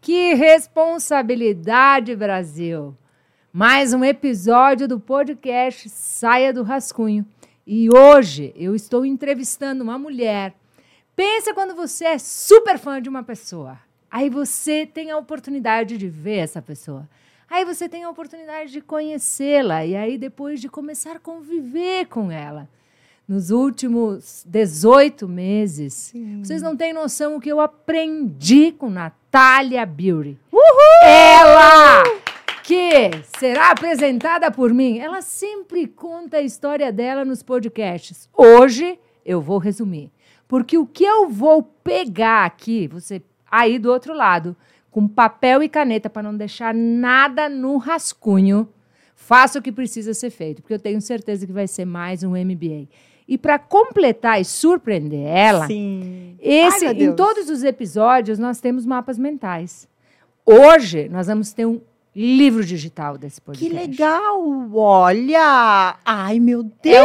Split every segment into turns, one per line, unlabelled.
Que responsabilidade, Brasil! Mais um episódio do podcast Saia do Rascunho. E hoje eu estou entrevistando uma mulher. Pensa quando você é super fã de uma pessoa. Aí você tem a oportunidade de ver essa pessoa. Aí você tem a oportunidade de conhecê-la. E aí depois de começar a conviver com ela. Nos últimos 18 meses, vocês não têm noção o que eu aprendi com Natália Beauty. Uhul! Ela, que será apresentada por mim, ela sempre conta a história dela nos podcasts. Hoje eu vou resumir, porque o que eu vou pegar aqui, você aí do outro lado, com papel e caneta para não deixar nada no rascunho, faça o que precisa ser feito, porque eu tenho certeza que vai ser mais um MBA. E para completar e surpreender ela, em todos os episódios nós temos mapas mentais. Hoje nós vamos ter um livro digital desse podcast.
Que legal! Olha! Ai, meu Deus!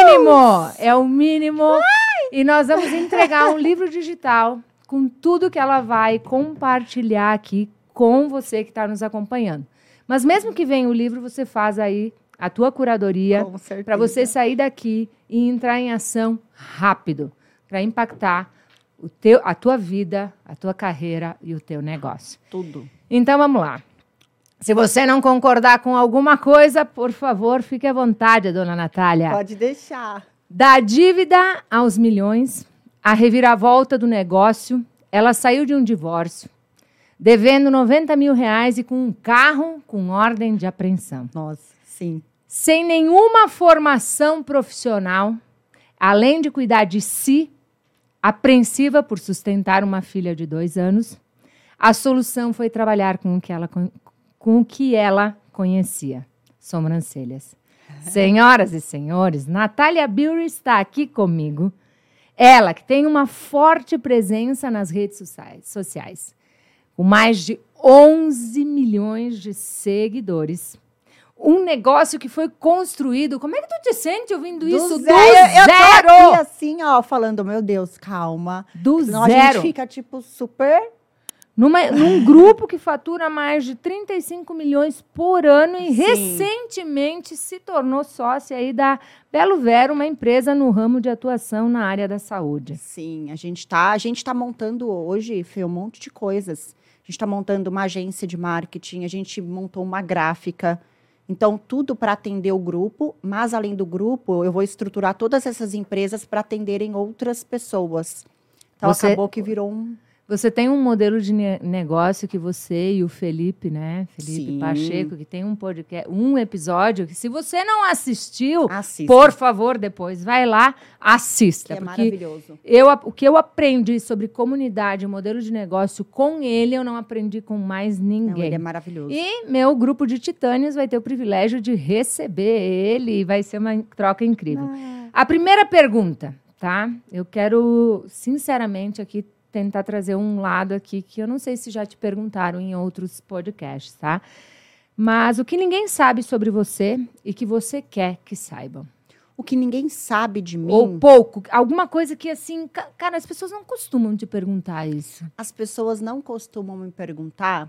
É o mínimo. Ai! E nós vamos entregar um livro digital com tudo que ela vai compartilhar aqui com você que está nos acompanhando. Mas mesmo que venha o livro, você faz aí a tua curadoria para você sair daqui e entrar em ação rápido para impactar a tua vida, a tua carreira e o teu negócio.
Tudo.
Então, vamos lá. Se você não concordar com alguma coisa, por favor, fique à vontade, dona Natália.
Pode deixar.
Da dívida aos milhões, a reviravolta do negócio, ela saiu de um divórcio, devendo R$90 mil e com um carro com ordem de apreensão.
Nossa, sim.
Sem nenhuma formação profissional, além de cuidar de si, apreensiva por sustentar uma filha de 2 anos, a solução foi trabalhar com o que ela conhecia, sobrancelhas. Senhoras e senhores, Natália Beauty está aqui comigo. Ela que tem uma forte presença nas redes sociais, com mais de 11 milhões de seguidores. Um negócio que foi construído. Como é que tu te sente ouvindo isso? Do zero!
Eu tô aqui assim, ó, falando, meu Deus, calma.
Senão
zero. A gente fica, tipo, super...
Num grupo que fatura mais de 35 milhões por ano e
Sim.
recentemente se tornou sócia aí da Belo Vero, uma empresa no ramo de atuação na área da saúde.
Sim, a gente tá montando hoje, Fê, um monte de coisas. A gente está montando uma agência de marketing, a gente montou uma gráfica. Então, tudo para atender o grupo, mas além do grupo, eu vou estruturar todas essas empresas para atenderem outras pessoas. Então, acabou que virou um...
Você tem um modelo de negócio que você e o Felipe, né? Felipe
Sim.
Pacheco, que tem um podcast, um episódio que se você não assistiu,
assista.
Por favor, depois vai lá, assista.
Que é maravilhoso.
O que eu aprendi sobre comunidade, modelo de negócio com ele, eu não aprendi com mais ninguém.
Não, ele é maravilhoso.
E meu grupo de titãs vai ter o privilégio de receber ele e vai ser uma troca incrível. A primeira pergunta, tá? Eu quero, sinceramente, aqui tentar trazer um lado aqui que eu não sei se já te perguntaram em outros podcasts, tá? Mas o que ninguém sabe sobre você e que você quer que saibam.
O que ninguém sabe de mim...
Ou pouco. Alguma coisa que, assim... Cara, as pessoas não costumam te perguntar isso.
As pessoas não costumam me perguntar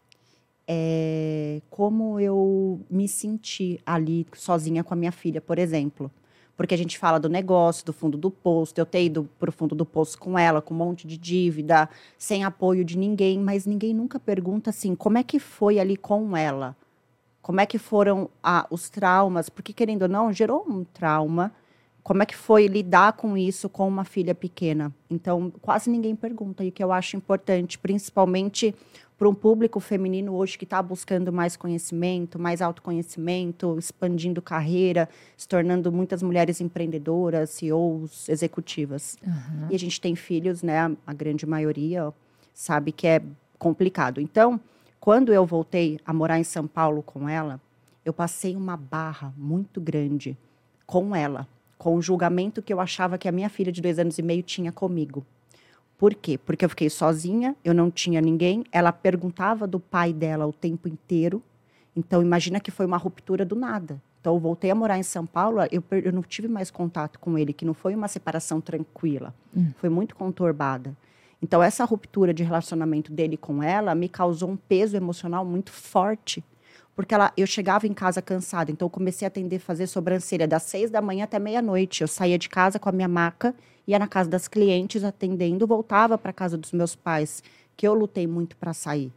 como eu me senti ali sozinha com a minha filha, por exemplo. Porque a gente fala do negócio, do fundo do poço, eu ter ido para o fundo do poço com ela, com um monte de dívida, sem apoio de ninguém, mas ninguém nunca pergunta assim, como é que foi ali com ela? Como é que foram os traumas? Porque, querendo ou não, gerou um trauma. Como é que foi lidar com isso com uma filha pequena? Então, quase ninguém pergunta, e o que eu acho importante, principalmente para um público feminino hoje que está buscando mais conhecimento, mais autoconhecimento, expandindo carreira, se tornando muitas mulheres empreendedoras, CEOs, executivas.
Uhum.
E a gente tem filhos, né? A grande maioria sabe que é complicado. Então, quando eu voltei a morar em São Paulo com ela, eu passei uma barra muito grande com ela, com o julgamento que eu achava que a minha filha de 2 anos e meio tinha comigo. Por quê? Porque eu fiquei sozinha, eu não tinha ninguém, ela perguntava do pai dela o tempo inteiro, então imagina que foi uma ruptura do nada. Então eu voltei a morar em São Paulo, eu não tive mais contato com ele, que não foi uma separação tranquila, foi muito conturbada. Então, essa ruptura de relacionamento dele com ela me causou um peso emocional muito forte. Porque eu chegava em casa cansada, então eu comecei a atender, fazer sobrancelha das 6 da manhã até meia-noite. Eu saía de casa com a minha maca, ia na casa das clientes atendendo, voltava para a casa dos meus pais, que eu lutei muito para sair.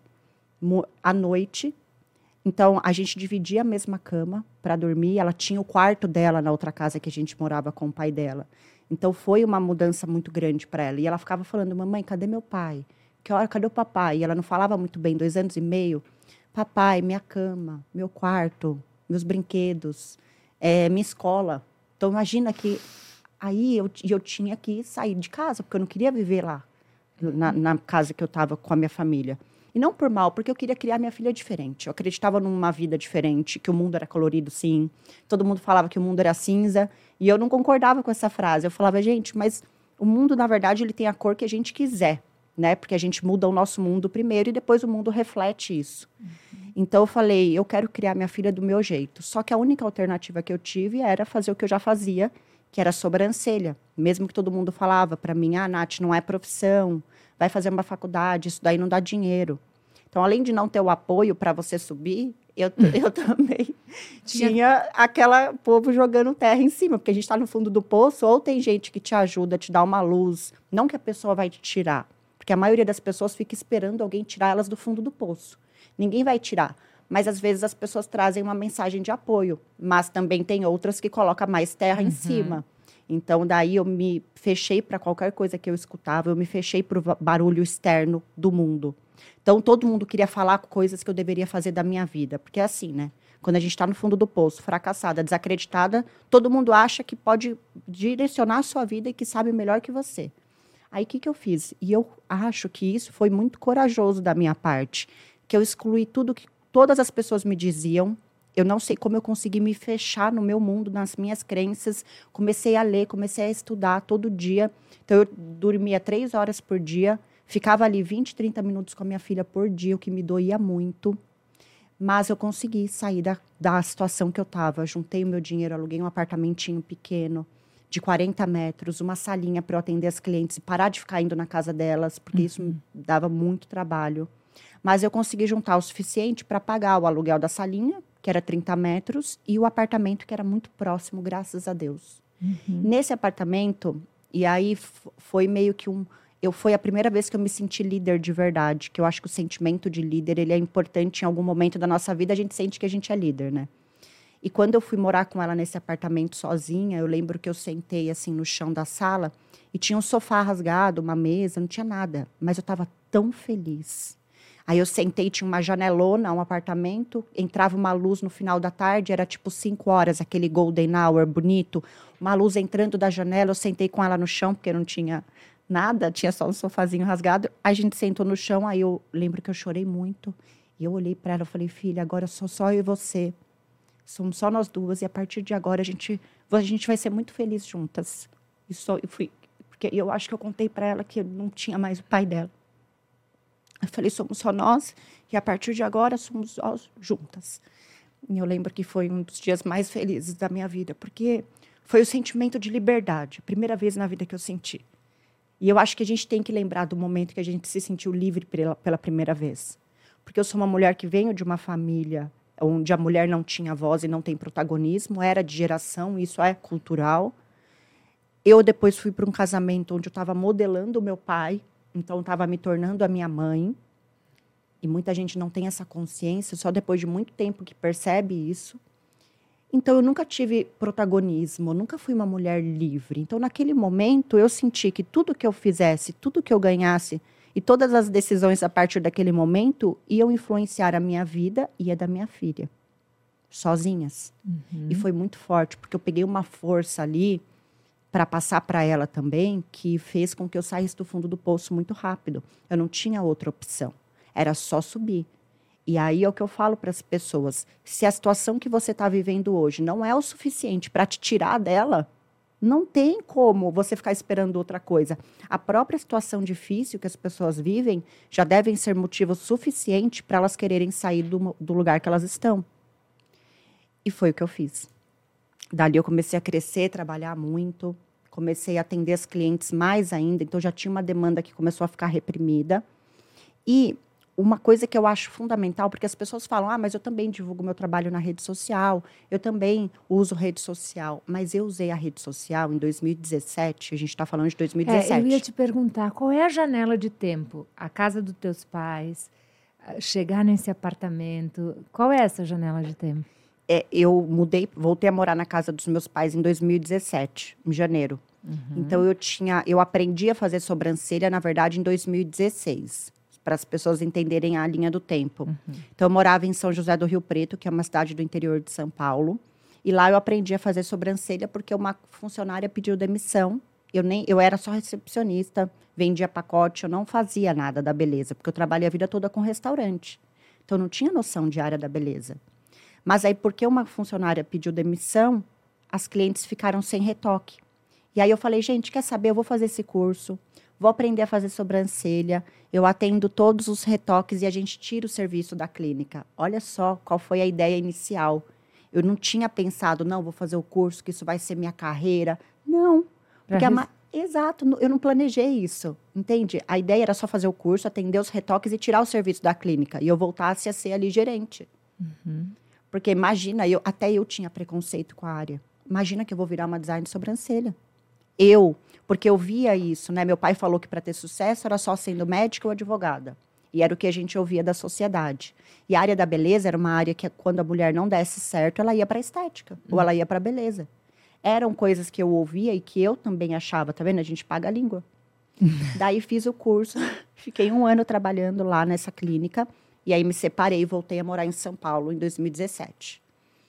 À noite, então a gente dividia a mesma cama para dormir. Ela tinha o quarto dela na outra casa que a gente morava com o pai dela. Então foi uma mudança muito grande para ela. E ela ficava falando, mamãe, cadê meu pai? Cadê o papai? E ela não falava muito bem, 2 anos e meio. Papai, minha cama, meu quarto, meus brinquedos, minha escola. Então, imagina que aí eu tinha que sair de casa, porque eu não queria viver lá, na casa que eu estava com a minha família. E não por mal, porque eu queria criar minha filha diferente. Eu acreditava numa vida diferente, que o mundo era colorido, sim. Todo mundo falava que o mundo era cinza, e eu não concordava com essa frase. Eu falava, gente, mas o mundo, na verdade, ele tem a cor que a gente quiser, né? Porque a gente muda o nosso mundo primeiro e depois o mundo reflete isso. Então, eu falei, eu quero criar minha filha do meu jeito. Só que a única alternativa que eu tive era fazer o que eu já fazia, que era sobrancelha. Mesmo que todo mundo falava para mim, Nath, não é profissão, vai fazer uma faculdade, isso daí não dá dinheiro. Então, além de não ter o apoio para você subir, eu também tinha aquela povo jogando terra em cima, porque a gente está no fundo do poço, ou tem gente que te ajuda, te dá uma luz, não que a pessoa vai te tirar, porque a maioria das pessoas fica esperando alguém tirar elas do fundo do poço. Ninguém vai tirar. Mas, às vezes, as pessoas trazem uma mensagem de apoio. Mas também tem outras que colocam mais terra em cima. Então, daí eu me fechei para qualquer coisa que eu escutava. Eu me fechei para o barulho externo do mundo. Então, todo mundo queria falar coisas que eu deveria fazer da minha vida. Porque é assim, né? Quando a gente está no fundo do poço, fracassada, desacreditada, todo mundo acha que pode direcionar a sua vida e que sabe melhor que você. Aí, o que eu fiz? E eu acho que isso foi muito corajoso da minha parte. Que eu excluí tudo que todas as pessoas me diziam. Eu não sei como eu consegui me fechar no meu mundo, nas minhas crenças. Comecei a ler, comecei a estudar todo dia. Então, eu dormia 3 horas por dia. Ficava ali 20, 30 minutos com a minha filha por dia, o que me doía muito. Mas eu consegui sair da situação que eu estava. Juntei o meu dinheiro, aluguei um apartamentinho pequeno, de 40 metros, uma salinha para eu atender as clientes e parar de ficar indo na casa delas, porque isso me dava muito trabalho. Mas eu consegui juntar o suficiente para pagar o aluguel da salinha, que era 30 metros, e o apartamento, que era muito próximo, graças a Deus. Nesse apartamento, e aí foi meio que foi a primeira vez que eu me senti líder de verdade, que eu acho que o sentimento de líder, ele é importante em algum momento da nossa vida, a gente sente que a gente é líder, né? E quando eu fui morar com ela nesse apartamento sozinha, eu lembro que eu sentei assim no chão da sala, e tinha um sofá rasgado, uma mesa, não tinha nada, mas eu estava tão feliz. Aí eu sentei, tinha uma janelona, um apartamento, entrava uma luz no final da tarde, era tipo 5 horas, aquele golden hour bonito, uma luz entrando da janela, eu sentei com ela no chão, porque não tinha nada, tinha só um sofazinho rasgado, a gente sentou no chão, aí eu lembro que eu chorei muito, e eu olhei para ela e falei, filha, agora sou só eu e você, somos só nós duas, e a partir de agora a gente vai ser muito feliz juntas. Porque eu acho que eu contei para ela que eu não tinha mais o pai dela. Eu falei, somos só nós, e a partir de agora somos nós juntas. E eu lembro que foi um dos dias mais felizes da minha vida, porque foi o sentimento de liberdade, a primeira vez na vida que eu senti. E eu acho que a gente tem que lembrar do momento que a gente se sentiu livre pela primeira vez. Porque eu sou uma mulher que venho de uma família onde a mulher não tinha voz e não tem protagonismo, era de geração, isso é cultural. Eu depois fui para um casamento onde eu estava modelando o meu pai, então, estava me tornando a minha mãe. E muita gente não tem essa consciência, só depois de muito tempo que percebe isso. Então, eu nunca tive protagonismo, nunca fui uma mulher livre. Então, naquele momento, eu senti que tudo que eu fizesse, tudo que eu ganhasse, e todas as decisões a partir daquele momento, iam influenciar a minha vida e a da minha filha. Sozinhas. E foi muito forte, porque eu peguei uma força ali para passar para ela também, que fez com que eu saísse do fundo do poço muito rápido. Eu não tinha outra opção. Era só subir. E aí é o que eu falo para as pessoas. Se a situação que você está vivendo hoje não é o suficiente para te tirar dela, não tem como você ficar esperando outra coisa. A própria situação difícil que as pessoas vivem já devem ser motivo suficiente para elas quererem sair do lugar que elas estão. E foi o que eu fiz. Dali eu comecei a crescer, trabalhar muito. comecei a atender as clientes mais ainda, então já tinha uma demanda que começou a ficar reprimida. E uma coisa que eu acho fundamental, porque as pessoas falam, mas eu também divulgo meu trabalho na rede social, eu também uso rede social, mas eu usei a rede social em 2017, a gente está falando de 2017.
Eu ia te perguntar, qual é a janela de tempo? A casa dos teus pais, chegar nesse apartamento, qual é essa janela de tempo?
Eu voltei a morar na casa dos meus pais em 2017, em janeiro. Então eu aprendi a fazer sobrancelha, na verdade, em 2016. Para as pessoas entenderem a linha do tempo. Então, eu morava em São José do Rio Preto, que é uma cidade do interior de São Paulo. E lá eu aprendi a fazer sobrancelha porque uma funcionária pediu demissão. Eu era só recepcionista, vendia pacote, eu não fazia nada da beleza, porque eu trabalhei a vida toda com restaurante. Então, eu não tinha noção de área da beleza. Mas aí, porque uma funcionária pediu demissão, as clientes ficaram sem retoque. E aí eu falei, gente, quer saber? Eu vou fazer esse curso. Vou aprender a fazer sobrancelha, eu atendo todos os retoques e a gente tira o serviço da clínica. Olha só qual foi a ideia inicial. Eu não tinha pensado, não, vou fazer o curso, que isso vai ser minha carreira. Não, porque exato, eu não planejei isso, entende? A ideia era só fazer o curso, atender os retoques e tirar o serviço da clínica. E eu voltasse a ser ali gerente. Porque imagina, até eu tinha preconceito com a área. Imagina que eu vou virar uma design de sobrancelha. Porque eu via isso, né? Meu pai falou que para ter sucesso era só sendo médica ou advogada. E era o que a gente ouvia da sociedade. E a área da beleza era uma área que, quando a mulher não desse certo, ela ia para a estética. Ou ela ia para a beleza. Eram coisas que eu ouvia e que eu também achava. Tá vendo? A gente paga a língua. Daí fiz o curso. Fiquei 1 ano trabalhando lá nessa clínica. E aí me separei e voltei a morar em São Paulo em 2017.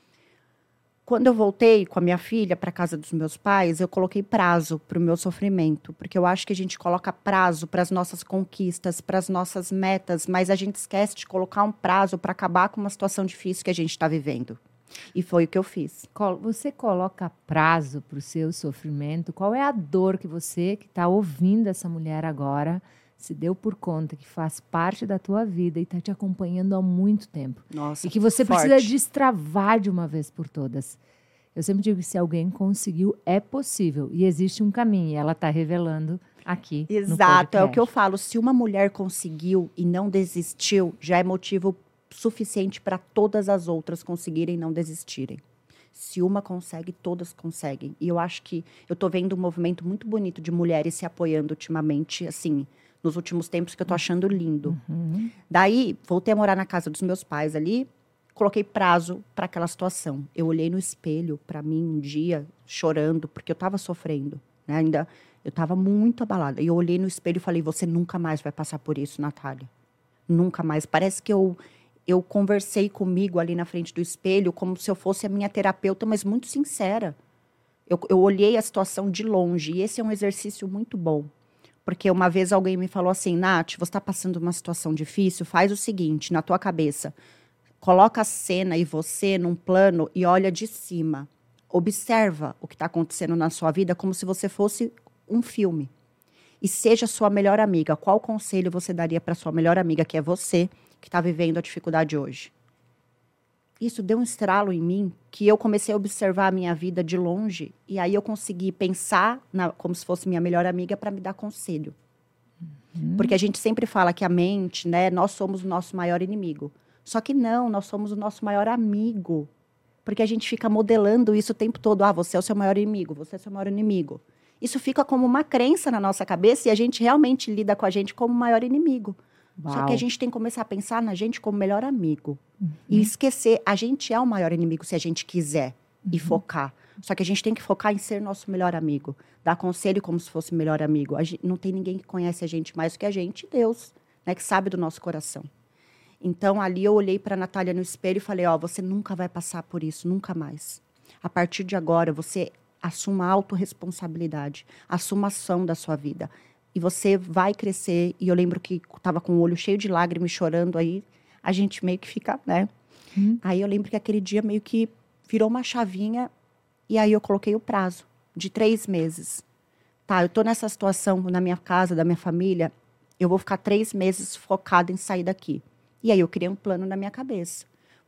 Quando eu voltei com a minha filha para a casa dos meus pais, eu coloquei prazo para o meu sofrimento, porque eu acho que a gente coloca prazo para as nossas conquistas, para as nossas metas, mas a gente esquece de colocar um prazo para acabar com uma situação difícil que a gente está vivendo. E foi o que eu fiz.
Você coloca prazo para o seu sofrimento? Qual é a dor que você, que está ouvindo essa mulher agora, se deu por conta que faz parte da tua vida e está te acompanhando há muito tempo?
Nossa,
e que você
forte.
precisa destravar de uma vez por todas. Eu sempre digo que se alguém conseguiu, é possível. E existe um caminho. E ela está revelando aqui.
Exato, é o que eu falo. Se uma mulher conseguiu e não desistiu, já é motivo suficiente para todas as outras conseguirem não desistirem. Se uma consegue, todas conseguem. E eu acho que eu estou vendo um movimento muito bonito de mulheres se apoiando ultimamente, assim, nos últimos tempos, que eu tô achando lindo. Daí, voltei a morar na casa dos meus pais ali, coloquei prazo para aquela situação. Eu olhei no espelho para mim um dia, chorando, porque eu estava sofrendo, né? Ainda eu estava muito abalada. E eu olhei no espelho e falei, você nunca mais vai passar por isso, Natália. Nunca mais. Parece que eu conversei comigo ali na frente do espelho, como se eu fosse a minha terapeuta, mas muito sincera. Eu olhei a situação de longe, e esse é um exercício muito bom. Porque uma vez alguém me falou assim, Nath, você está passando uma situação difícil, faz o seguinte, na tua cabeça, coloca a cena e você num plano e olha de cima. Observa o que está acontecendo na sua vida como se você fosse um filme. E seja sua melhor amiga. Qual conselho você daria para sua melhor amiga, que é você, que está vivendo a dificuldade hoje? Isso deu um estralo em mim, que eu comecei a observar a minha vida de longe, e aí eu consegui pensar como se fosse minha melhor amiga para me dar conselho. Porque a gente sempre fala que a mente, né, nós somos o nosso maior inimigo. Só que não, nós somos o nosso maior amigo. Porque a gente fica modelando isso o tempo todo. Você é o seu maior inimigo, você é o seu maior inimigo. Isso fica como uma crença na nossa cabeça e a gente realmente lida com a gente como o maior inimigo.
Uau.
Só que a gente tem que começar a pensar na gente como melhor amigo. E esquecer, a gente é o maior inimigo se a gente quiser e focar. Só que a gente tem que focar em ser nosso melhor amigo. Dar conselho como se fosse melhor amigo. Não tem ninguém que conhece a gente mais do que a gente, Deus, né, que sabe do nosso coração. Então, ali eu olhei para a Natália no espelho e falei, você nunca vai passar por isso, nunca mais. A partir de agora, você assuma a autorresponsabilidade, assuma a ação da sua vida. E você vai crescer. E eu lembro que estava com o olho cheio de lágrimas, chorando, aí a gente meio que fica, né? Aí eu lembro que aquele dia meio que virou uma chavinha e aí eu coloquei o prazo de 3 meses. Tá, eu tô nessa situação na minha casa, da minha família, eu vou ficar 3 meses focada em sair daqui. E aí eu criei um plano na minha cabeça.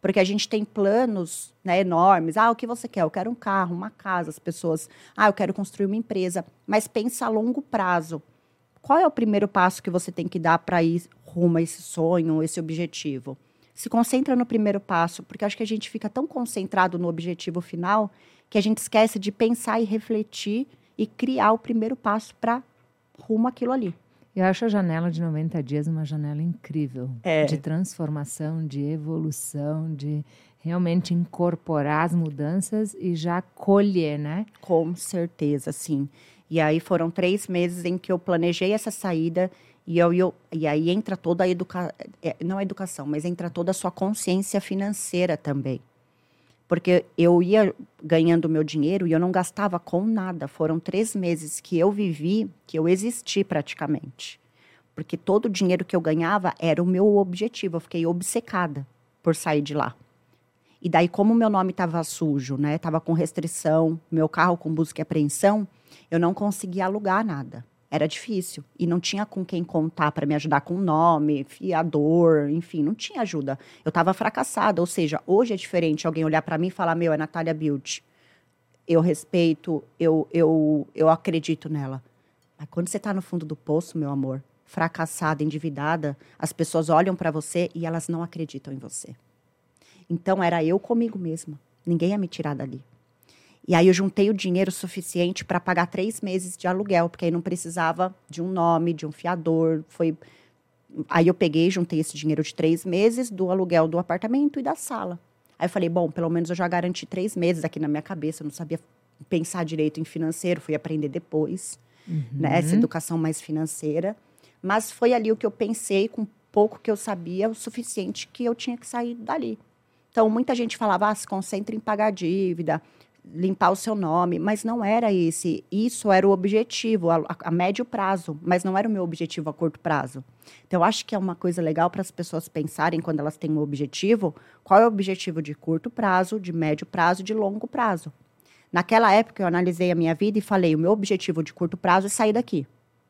Porque a gente tem planos, né, enormes. O que você quer? Eu quero um carro, uma casa. As pessoas, eu quero construir uma empresa. Mas pensa a longo prazo. Qual é o primeiro passo que você tem que dar para ir rumo a esse sonho, esse objetivo? Se concentra no primeiro passo, porque acho que a gente fica tão concentrado no objetivo final que a gente esquece de pensar e refletir e criar o primeiro passo para rumo àquilo ali.
Eu acho a janela de 90 dias uma janela incrível, de transformação, de evolução, de realmente incorporar as mudanças e já colher, né?
Com certeza, sim. E aí foram 3 meses em que eu planejei essa saída e aí entra toda a não a educação, mas entra toda a sua consciência financeira também. Porque eu ia ganhando meu dinheiro e eu não gastava com nada. Foram 3 meses que eu vivi, que eu existi praticamente. Porque todo o dinheiro que eu ganhava era o meu objetivo. Eu fiquei obcecada por sair de lá. E daí, como o meu nome estava sujo, né? Estava com restrição, meu carro com busca e apreensão, eu não conseguia alugar nada. Era difícil. E não tinha com quem contar para me ajudar com nome, fiador, enfim, não tinha ajuda. Eu estava fracassada. Ou seja, hoje é diferente alguém olhar para mim e falar, é Natália Beauty. Eu respeito, eu acredito nela. Mas quando você está no fundo do poço, meu amor, fracassada, endividada, as pessoas olham para você e elas não acreditam em você. Então, era eu comigo mesma. Ninguém ia me tirar dali. E aí eu juntei o dinheiro suficiente para pagar 3 meses de aluguel, porque aí não precisava de um nome, de um fiador. Aí eu peguei, juntei esse dinheiro de 3 meses do aluguel do apartamento e da sala. Aí eu falei, bom, pelo menos eu já garanti 3 meses aqui na minha cabeça. Eu não sabia pensar direito em financeiro, fui aprender depois, né, essa educação mais financeira. Mas foi ali o que eu pensei, com pouco que eu sabia, o suficiente que eu tinha que sair dali. Então, muita gente falava, se concentre em pagar a dívida, limpar o seu nome, mas não era esse. Isso era o objetivo a médio prazo, mas não era o meu objetivo a curto prazo. Então, eu acho que é uma coisa legal para as pessoas pensarem quando elas têm um objetivo, qual é o objetivo de curto prazo, de médio prazo, de longo prazo. Naquela época, eu analisei a minha vida e falei, o meu objetivo de curto prazo é sair daqui.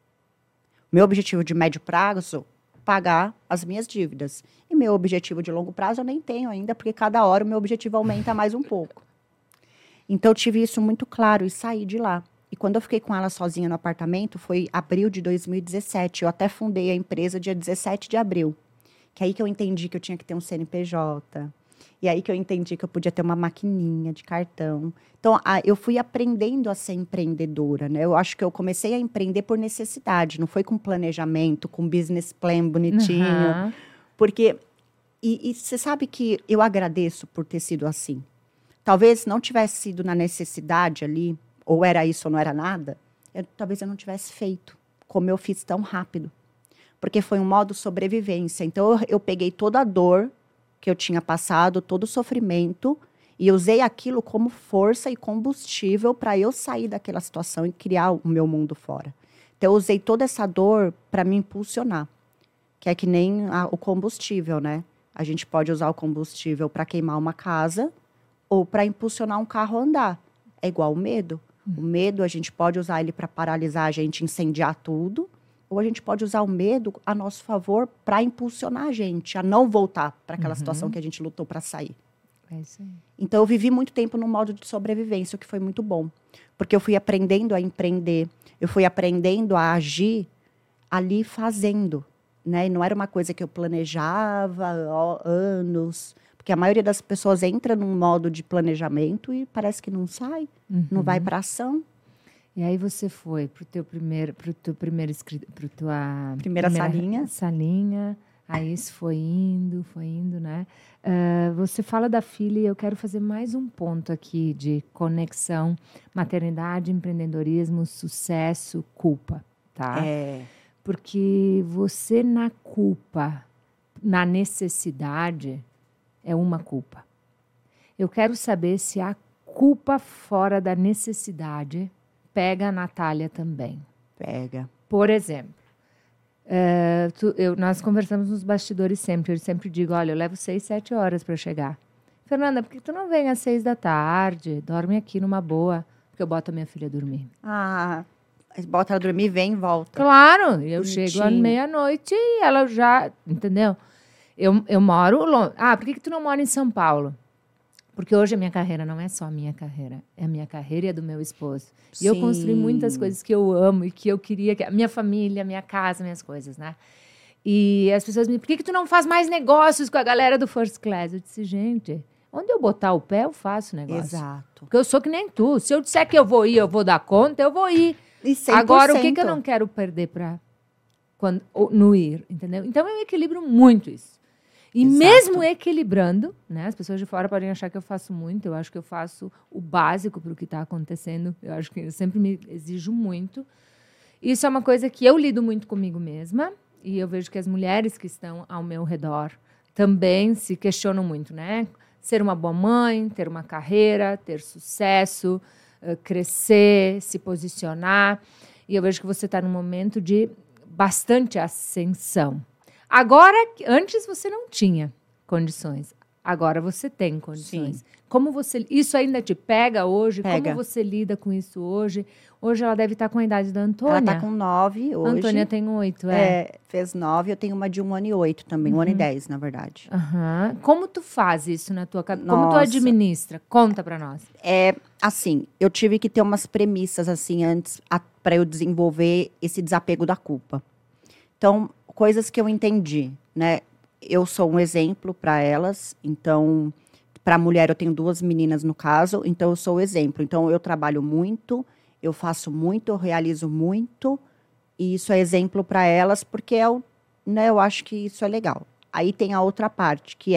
O meu objetivo de médio prazo, pagar as minhas dívidas. E meu objetivo de longo prazo eu nem tenho ainda, porque cada hora o meu objetivo aumenta mais um pouco. Então, eu tive isso muito claro e saí de lá. E quando eu fiquei com ela sozinha no apartamento, foi abril de 2017. Eu até fundei a empresa dia 17 de abril. Que é aí que eu entendi que eu tinha que ter um CNPJ. E aí que eu entendi que eu podia ter uma maquininha de cartão. Então, eu fui aprendendo a ser empreendedora, né? Eu acho que eu comecei a empreender por necessidade. Não foi com planejamento, com business plan bonitinho.
Uhum.
Porque, e você sabe que eu agradeço por ter sido assim. Talvez não tivesse sido na necessidade ali, ou era isso ou não era nada, talvez eu não tivesse feito como eu fiz tão rápido. Porque foi um modo sobrevivência. Então, eu peguei toda a dor que eu tinha passado, todo o sofrimento, e usei aquilo como força e combustível para eu sair daquela situação e criar o meu mundo fora. Então, eu usei toda essa dor para me impulsionar, que é que nem o combustível, né? A gente pode usar o combustível para queimar uma casa, ou para impulsionar um carro a andar. É igual o medo. O medo, a gente pode usar ele para paralisar a gente, incendiar tudo, ou a gente pode usar o medo a nosso favor para impulsionar a gente a não voltar para aquela situação que a gente lutou para sair.
É isso aí.
Então, eu vivi muito tempo num modo de sobrevivência, o que foi muito bom. Porque eu fui aprendendo a empreender, eu fui aprendendo a agir ali fazendo. Né? E não era uma coisa que eu planejava há anos. Porque a maioria das pessoas entra num modo de planejamento e parece que não sai, não vai para ação.
E aí você foi para tua primeira salinha. Aí isso foi indo, né? Você fala da filha e eu quero fazer mais um ponto aqui de conexão, maternidade, empreendedorismo, sucesso, culpa, tá? Porque você na culpa, na necessidade, é uma culpa. Eu quero saber se a culpa fora da necessidade pega a Natália também.
Pega.
Por exemplo, nós conversamos nos bastidores sempre. Eu sempre digo, olha, eu levo 6, 7 horas para chegar. Fernanda, por que tu não vem às 6 da tarde? Dorme aqui numa boa. Porque eu boto a minha filha a dormir.
Bota ela dormir, vem e volta.
Claro, eu chego à meia-noite e ela já, entendeu? Eu moro longe. Ah, por que tu não mora em São Paulo? Porque hoje a minha carreira não é só a minha carreira. É a minha carreira e a do meu esposo. E eu construí muitas coisas que eu amo e que eu queria. A minha família, minha casa, minhas coisas, né? E as pessoas me... Por que tu não faz mais negócios com a galera do First Class? Eu disse, gente, onde eu botar o pé, eu faço negócio.
Exato.
Porque eu sou que nem tu. Se eu disser que eu vou ir, eu vou dar conta, eu vou ir.
E 100%.
Agora, o que eu não quero perder no ir, entendeu? Então, eu equilibro muito isso. E
Exato.
mesmo equilibrando, né? As pessoas de fora podem achar que eu faço muito. Eu acho que eu faço o básico para o que está acontecendo. Eu acho que eu sempre me exijo muito. Isso é uma coisa que eu lido muito comigo mesma. E eu vejo que as mulheres que estão ao meu redor também se questionam muito, né? Ser uma boa mãe, ter uma carreira, ter sucesso, crescer, se posicionar. E eu vejo que você está num momento de bastante ascensão. Agora, antes você não tinha condições. Agora você tem condições.
Sim.
Como você... Isso ainda te pega hoje?
Pega.
Como você lida com isso hoje? Hoje ela deve estar com a idade da Antônia.
Ela está com 9 hoje.
A Antônia tem 8,
fez 9, eu tenho uma de 1 ano e 8 também. 1 ano e 10, na verdade.
Uhum. Como tu faz isso na tua cabeça? Como tu
Nossa.
administra? Conta pra nós.
Assim, eu tive que ter umas premissas, assim, antes, para eu desenvolver esse desapego da culpa. Então, coisas que eu entendi, né? Eu sou um exemplo para elas, então, para a mulher, eu tenho 2 meninas no caso, então eu sou o exemplo. Então, eu trabalho muito, eu faço muito, eu realizo muito, e isso é exemplo para elas, porque eu acho que isso é legal. Aí tem a outra parte, que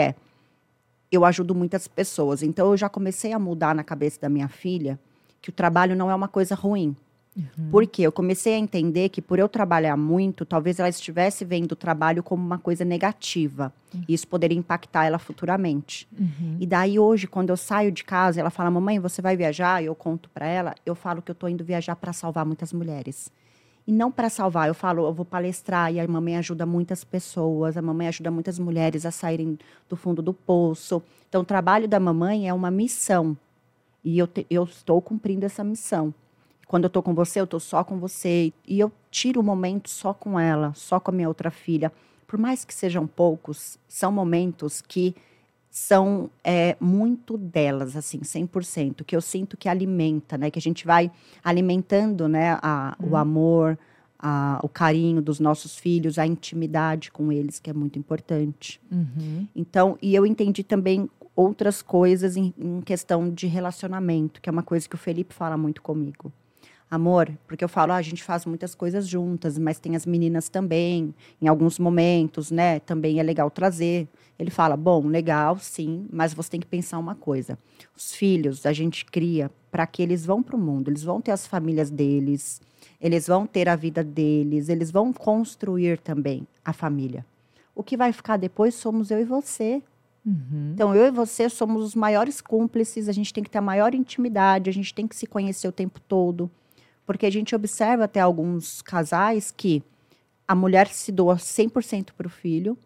eu ajudo muitas pessoas. Então, eu já comecei a mudar na cabeça da minha filha que o trabalho não é uma coisa ruim. Porque eu comecei a entender que por eu trabalhar muito, talvez ela estivesse vendo o trabalho como uma coisa negativa. E isso poderia impactar ela futuramente. E daí hoje, quando eu saio de casa, ela fala, mamãe, você vai viajar? E eu conto para ela, eu falo que eu tô indo viajar para salvar muitas mulheres. E não para salvar, eu falo, eu vou palestrar e a mamãe ajuda muitas pessoas, a mamãe ajuda muitas mulheres a saírem do fundo do poço. Então, o trabalho da mamãe é uma missão. E eu estou cumprindo essa missão. Quando eu estou com você, eu estou só com você. E eu tiro o momento só com ela, só com a minha outra filha. Por mais que sejam poucos, são momentos que são muito delas, assim, 100%. Que eu sinto que alimenta, né? Que a gente vai alimentando, né? O amor, o carinho dos nossos filhos, a intimidade com eles, que é muito importante. Então, e eu entendi também outras coisas em questão de relacionamento, que é uma coisa que o Felipe fala muito comigo. Amor, porque eu falo, a gente faz muitas coisas juntas, mas tem as meninas também, em alguns momentos, né, também é legal trazer. Ele fala, bom, legal, sim, mas você tem que pensar uma coisa. Os filhos, a gente cria para que eles vão para o mundo, eles vão ter as famílias deles, eles vão ter a vida deles, eles vão construir também a família. O que vai ficar depois somos eu e você. Então, eu e você somos os maiores cúmplices, a gente tem que ter a maior intimidade, a gente tem que se conhecer o tempo todo. Porque a gente observa até alguns casais que a mulher se doa 100% para o filho,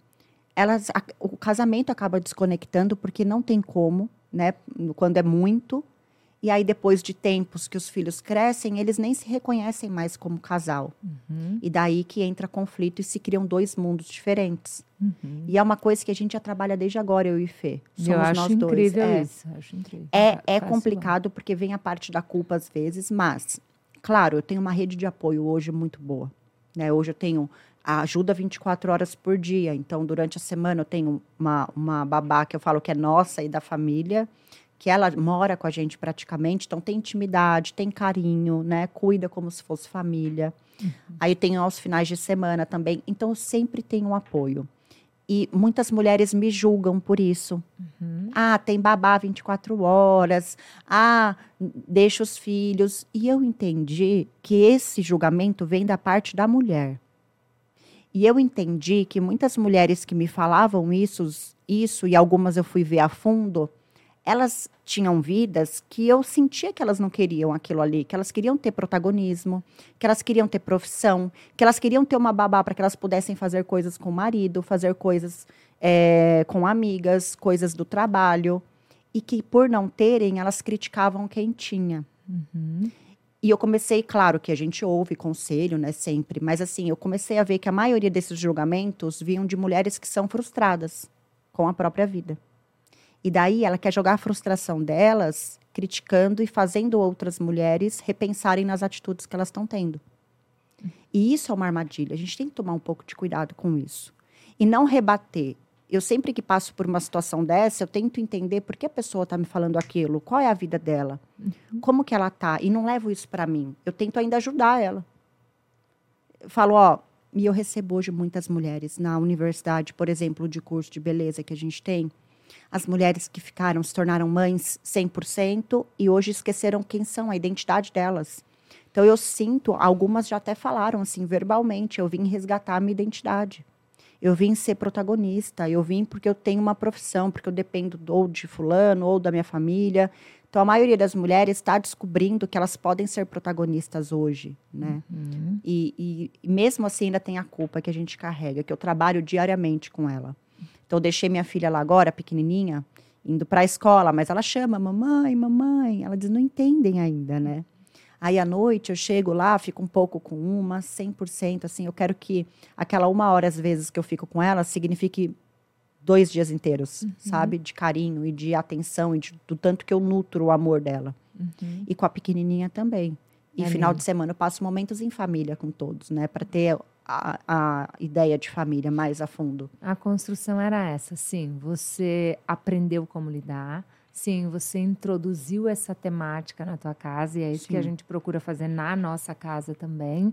o casamento acaba desconectando porque não tem como, né, quando é muito. E aí, depois de tempos que os filhos crescem, eles nem se reconhecem mais como casal. E daí que entra conflito e se criam 2 mundos diferentes. E é uma coisa que a gente já trabalha desde agora, eu e Fê. Somos
eu acho
nós
incrível
dois.
isso. Acho incrível.
É complicado porque vem a parte da culpa às vezes, mas, claro, eu tenho uma rede de apoio hoje muito boa. Né? Hoje eu tenho a ajuda 24 horas por dia. Então, durante a semana, eu tenho uma babá que eu falo que é nossa e da família, que ela mora com a gente praticamente, então tem intimidade, tem carinho, né? Cuida como se fosse família. Aí eu tenho aos finais de semana também, então eu sempre tenho um apoio. E muitas mulheres me julgam por isso. Ah, tem babá 24 horas, deixa os filhos. E eu entendi que esse julgamento vem da parte da mulher. E eu entendi que muitas mulheres que me falavam isso e algumas eu fui ver a fundo, elas tinham vidas que eu sentia que elas não queriam aquilo ali, que elas queriam ter protagonismo, que elas queriam ter profissão, que elas queriam ter uma babá para que elas pudessem fazer coisas com o marido, fazer coisas com amigas, coisas do trabalho, e que por não terem, elas criticavam quem tinha. E eu comecei, claro que a gente ouve conselho, né, sempre, mas assim, eu comecei a ver que a maioria desses julgamentos vinham de mulheres que são frustradas com a própria vida. E daí ela quer jogar a frustração delas, criticando e fazendo outras mulheres repensarem nas atitudes que elas estão tendo. E isso é uma armadilha, a gente tem que tomar um pouco de cuidado com isso. E não rebater. Eu sempre que passo por uma situação dessa, eu tento entender por que a pessoa está me falando aquilo, qual é a vida dela, como que ela está, e não levo isso para mim. Eu tento ainda ajudar ela. Eu falo, e eu recebo hoje muitas mulheres na universidade, por exemplo, de curso de beleza que a gente tem, as mulheres que se tornaram mães 100% e hoje esqueceram quem são, a identidade delas. Então eu sinto, algumas já até falaram assim, verbalmente, eu vim resgatar a minha identidade. Eu vim ser protagonista, eu vim porque eu tenho uma profissão, porque eu dependo ou de fulano ou da minha família. Então, a maioria das mulheres está descobrindo que elas podem ser protagonistas hoje, né? E mesmo assim ainda tem a culpa que a gente carrega, que eu trabalho diariamente com ela. Então, eu deixei minha filha lá agora, pequenininha, indo para a escola, mas ela chama, mamãe, mamãe. Ela diz, não entendem ainda, né? Aí, à noite, eu chego lá, fico um pouco com uma, 100%, assim, eu quero que aquela 1 hora, às vezes, que eu fico com ela, signifique 2 dias inteiros, sabe? De carinho e de atenção e do tanto que eu nutro o amor dela. E com a pequenininha também. E final de semana eu passo momentos em família com todos, né? Para ter a ideia de família mais a fundo.
A construção era essa, sim. Você aprendeu como lidar. Sim, você introduziu essa temática na tua casa e é isso que a gente procura fazer na nossa casa também.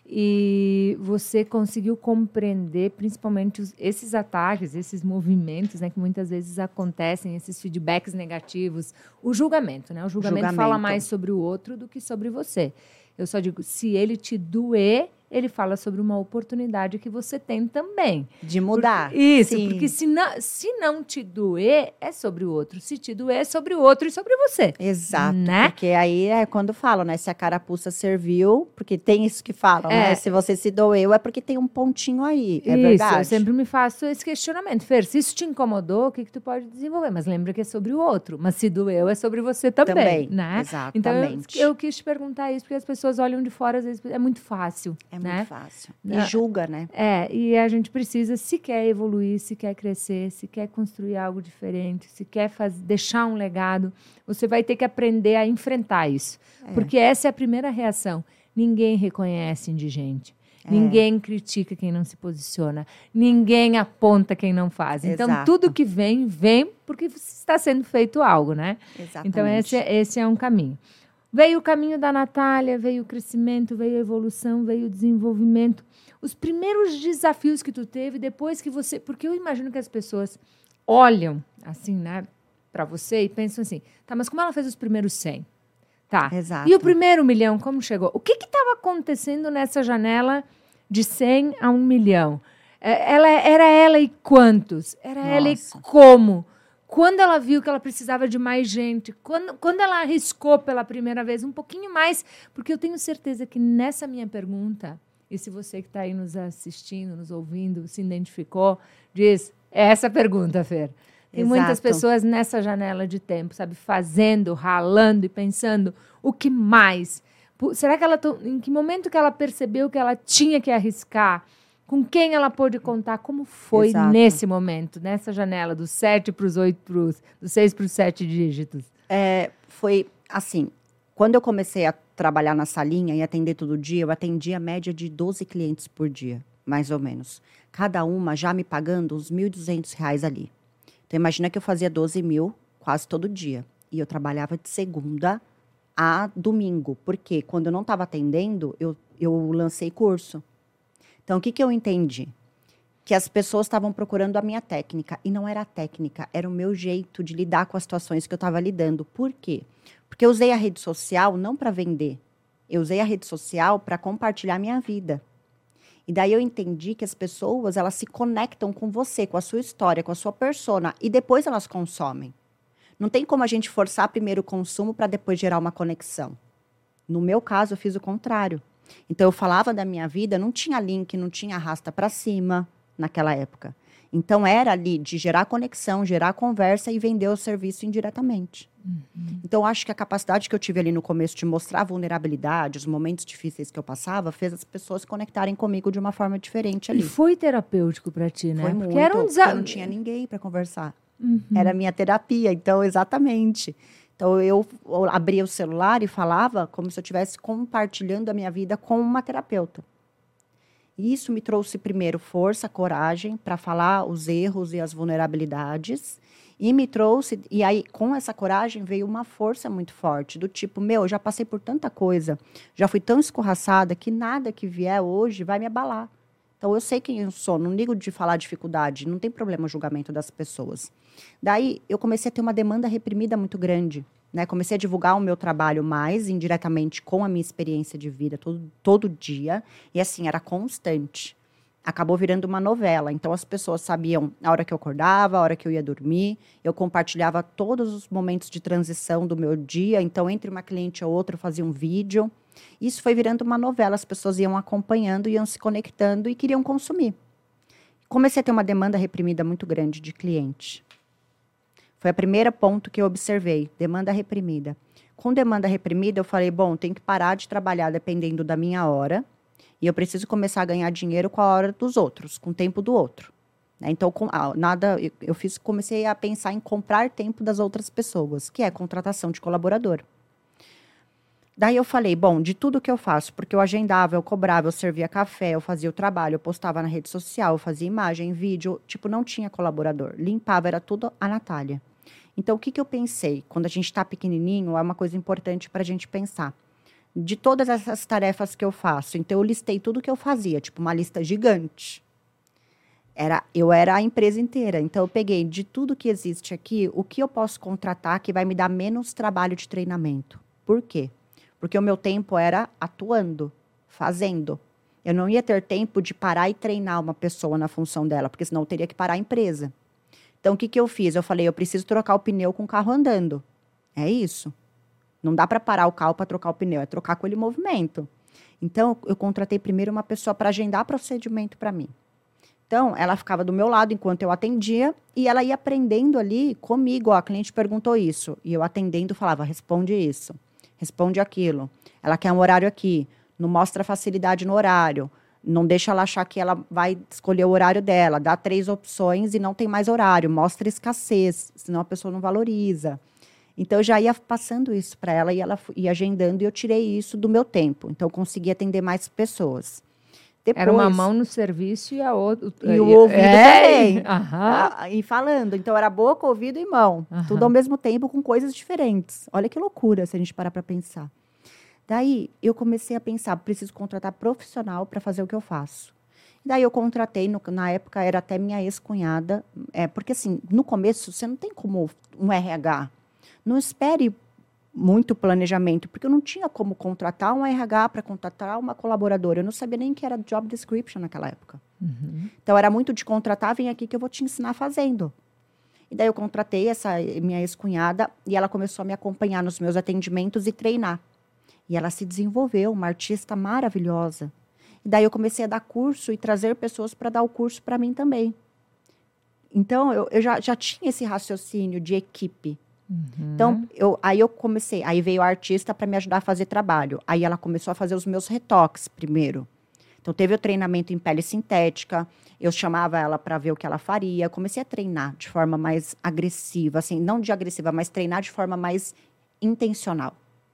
E você conseguiu compreender principalmente esses ataques, esses movimentos, né, que muitas vezes acontecem, esses feedbacks negativos. O julgamento, né? O julgamento fala mais sobre o outro do que sobre você. Eu só digo, se ele te doer, ele fala sobre uma oportunidade que você tem também.
De mudar.
Porque se não te doer, é sobre o outro. Se te doer, é sobre o outro e sobre você.
Exato.
Né?
Porque aí é quando falam, né? Se a carapuça serviu, porque tem isso que falam, né? Se você se doeu, é porque tem um pontinho aí. É verdade.
Eu sempre me faço esse questionamento. Fer, se isso te incomodou, o que tu pode desenvolver? Mas lembra que é sobre o outro. Mas se doeu, é sobre você também. Né?
Exatamente.
Então, eu quis te perguntar isso, porque as pessoas olham de fora, às vezes, é muito fácil.
É muito fácil. E julga, né?
E a gente precisa, se quer evoluir, se quer crescer, se quer construir algo diferente, se quer deixar um legado, você vai ter que aprender a enfrentar isso. Porque essa é a primeira reação. Ninguém reconhece indigente. Ninguém critica quem não se posiciona. Ninguém aponta quem não faz. Então, tudo que vem porque está sendo feito algo, né?
Exatamente.
Então, esse é um caminho. Veio o caminho da Natália, veio o crescimento, veio a evolução, veio o desenvolvimento. Os primeiros desafios que tu teve depois que você... Porque eu imagino que as pessoas olham, assim, né, para você e pensam assim, tá, mas como ela fez os primeiros 100? Tá.
Exato.
E o primeiro 1 milhão, como chegou? O que estava acontecendo nessa janela de 100 a 1 milhão? Era ela e quantos? Era ela e como? Quando ela viu que ela precisava de mais gente, quando ela arriscou pela primeira vez um pouquinho mais, porque eu tenho certeza que nessa minha pergunta, e se você que está aí nos assistindo, nos ouvindo, se identificou, diz, é essa pergunta, Fer. Tem muitas pessoas nessa janela de tempo, sabe, fazendo, ralando e pensando, o que mais? Será que em que momento que ela percebeu que ela tinha que arriscar? Com quem ela pôde contar? Como foi nesse momento, nessa janela, dos 7 para os 8, dos 6 para os 7 dígitos?
Foi assim, quando eu comecei a trabalhar na salinha e atender todo dia, eu atendia a média de 12 clientes por dia, mais ou menos. Cada uma já me pagando uns R$1.200 ali. Então, imagina que eu fazia 12 mil quase todo dia. E eu trabalhava de segunda a domingo. Porque quando eu não estava atendendo, eu lancei curso. Então, o que eu entendi? Que as pessoas estavam procurando a minha técnica. E não era a técnica, era o meu jeito de lidar com as situações que eu estava lidando. Por quê? Porque eu usei a rede social não para vender. Eu usei a rede social para compartilhar a minha vida. E daí eu entendi que as pessoas, elas se conectam com você, com a sua história, com a sua persona. E depois elas consomem. Não tem como a gente forçar primeiro o consumo para depois gerar uma conexão. No meu caso, eu fiz o contrário. Então, eu falava da minha vida, não tinha link, não tinha arrasta para cima naquela época. Então, era ali de gerar conexão, gerar conversa e vender o serviço indiretamente. Então, acho que a capacidade que eu tive ali no começo de mostrar a vulnerabilidade, os momentos difíceis que eu passava, fez as pessoas se conectarem comigo de uma forma diferente ali.
E foi terapêutico para ti, né?
Foi
Porque
muito,
era um
porque eu não tinha ninguém para conversar. Era a minha terapia, então, exatamente. Então, eu abria o celular e falava como se eu estivesse compartilhando a minha vida com uma terapeuta. E isso me trouxe, primeiro, força, coragem para falar os erros e as vulnerabilidades. E me trouxe, e aí, com essa coragem, veio uma força muito forte, do tipo, eu já passei por tanta coisa, já fui tão escorraçada, que nada que vier hoje vai me abalar. Então, eu sei quem eu sou, não ligo de falar dificuldade, não tem problema o julgamento das pessoas. Daí, eu comecei a ter uma demanda reprimida muito grande, né? Comecei a divulgar o meu trabalho mais indiretamente com a minha experiência de vida todo dia. E assim, era constante. Acabou virando uma novela. Então, as pessoas sabiam a hora que eu acordava, a hora que eu ia dormir. Eu compartilhava todos os momentos de transição do meu dia. Então, entre uma cliente ou outra, eu fazia um vídeo. Isso foi virando uma novela. As pessoas iam acompanhando, iam se conectando e queriam consumir. Comecei a ter uma demanda reprimida muito grande de cliente. Foi o primeiro ponto que eu observei, demanda reprimida. Com demanda reprimida, eu falei, tem que parar de trabalhar dependendo da minha hora, e eu preciso começar a ganhar dinheiro com a hora dos outros, com o tempo do outro. Então, comecei a pensar em comprar tempo das outras pessoas, que é contratação de colaborador. Daí eu falei, de tudo que eu faço, porque eu agendava, eu cobrava, eu servia café, eu fazia o trabalho, eu postava na rede social, eu fazia imagem, vídeo, não tinha colaborador. Limpava, era tudo a Natália. Então, o que eu pensei? Quando a gente está pequenininho, é uma coisa importante para a gente pensar. De todas essas tarefas que eu faço, então eu listei tudo que eu fazia, uma lista gigante. Eu era a empresa inteira, então eu peguei de tudo que existe aqui, o que eu posso contratar que vai me dar menos trabalho de treinamento. Por quê? Porque o meu tempo era atuando, fazendo. Eu não ia ter tempo de parar e treinar uma pessoa na função dela, porque senão eu teria que parar a empresa. Então, o que eu fiz? Eu falei, eu preciso trocar o pneu com o carro andando. É isso. Não dá para parar o carro para trocar o pneu, é trocar com ele em movimento. Então, eu contratei primeiro uma pessoa para agendar procedimento para mim. Então, ela ficava do meu lado enquanto eu atendia e ela ia aprendendo ali comigo. A cliente perguntou isso e eu atendendo falava, responde isso. Responde aquilo. Ela quer um horário aqui. Não mostra facilidade no horário. Não deixa ela achar que ela vai escolher o horário dela. Dá 3 opções e não tem mais horário. Mostra escassez, senão a pessoa não valoriza. Então, eu já ia passando isso para ela e ela ia agendando e eu tirei isso do meu tempo. Então, eu consegui atender mais pessoas.
Depois, era uma mão no serviço e a outra...
E o ouvido também. E falando. Então, era boca, ouvido e mão. Tudo ao mesmo tempo, com coisas diferentes. Olha que loucura, se a gente parar para pensar. Daí, eu comecei a pensar, preciso contratar profissional para fazer o que eu faço. Daí, eu contratei, na época, era até minha ex-cunhada. Porque, assim, no começo, você não tem como um RH. Não espere muito planejamento, porque eu não tinha como contratar um RH para contratar uma colaboradora. Eu não sabia nem que era job description naquela época. Então, era muito de contratar, vem aqui que eu vou te ensinar fazendo. E daí, eu contratei essa minha ex-cunhada e ela começou a me acompanhar nos meus atendimentos e treinar. E ela se desenvolveu, uma artista maravilhosa. E daí, eu comecei a dar curso e trazer pessoas para dar o curso para mim também. Então, eu já tinha esse raciocínio de equipe. Então, aí eu comecei. Aí veio a artista para me ajudar a fazer trabalho. Aí ela começou a fazer os meus retoques primeiro. Então, teve o treinamento em pele sintética. Eu chamava ela para ver o que ela faria. Comecei a treinar de forma mais agressiva. Assim, não de agressiva, mas treinar de forma mais intencional.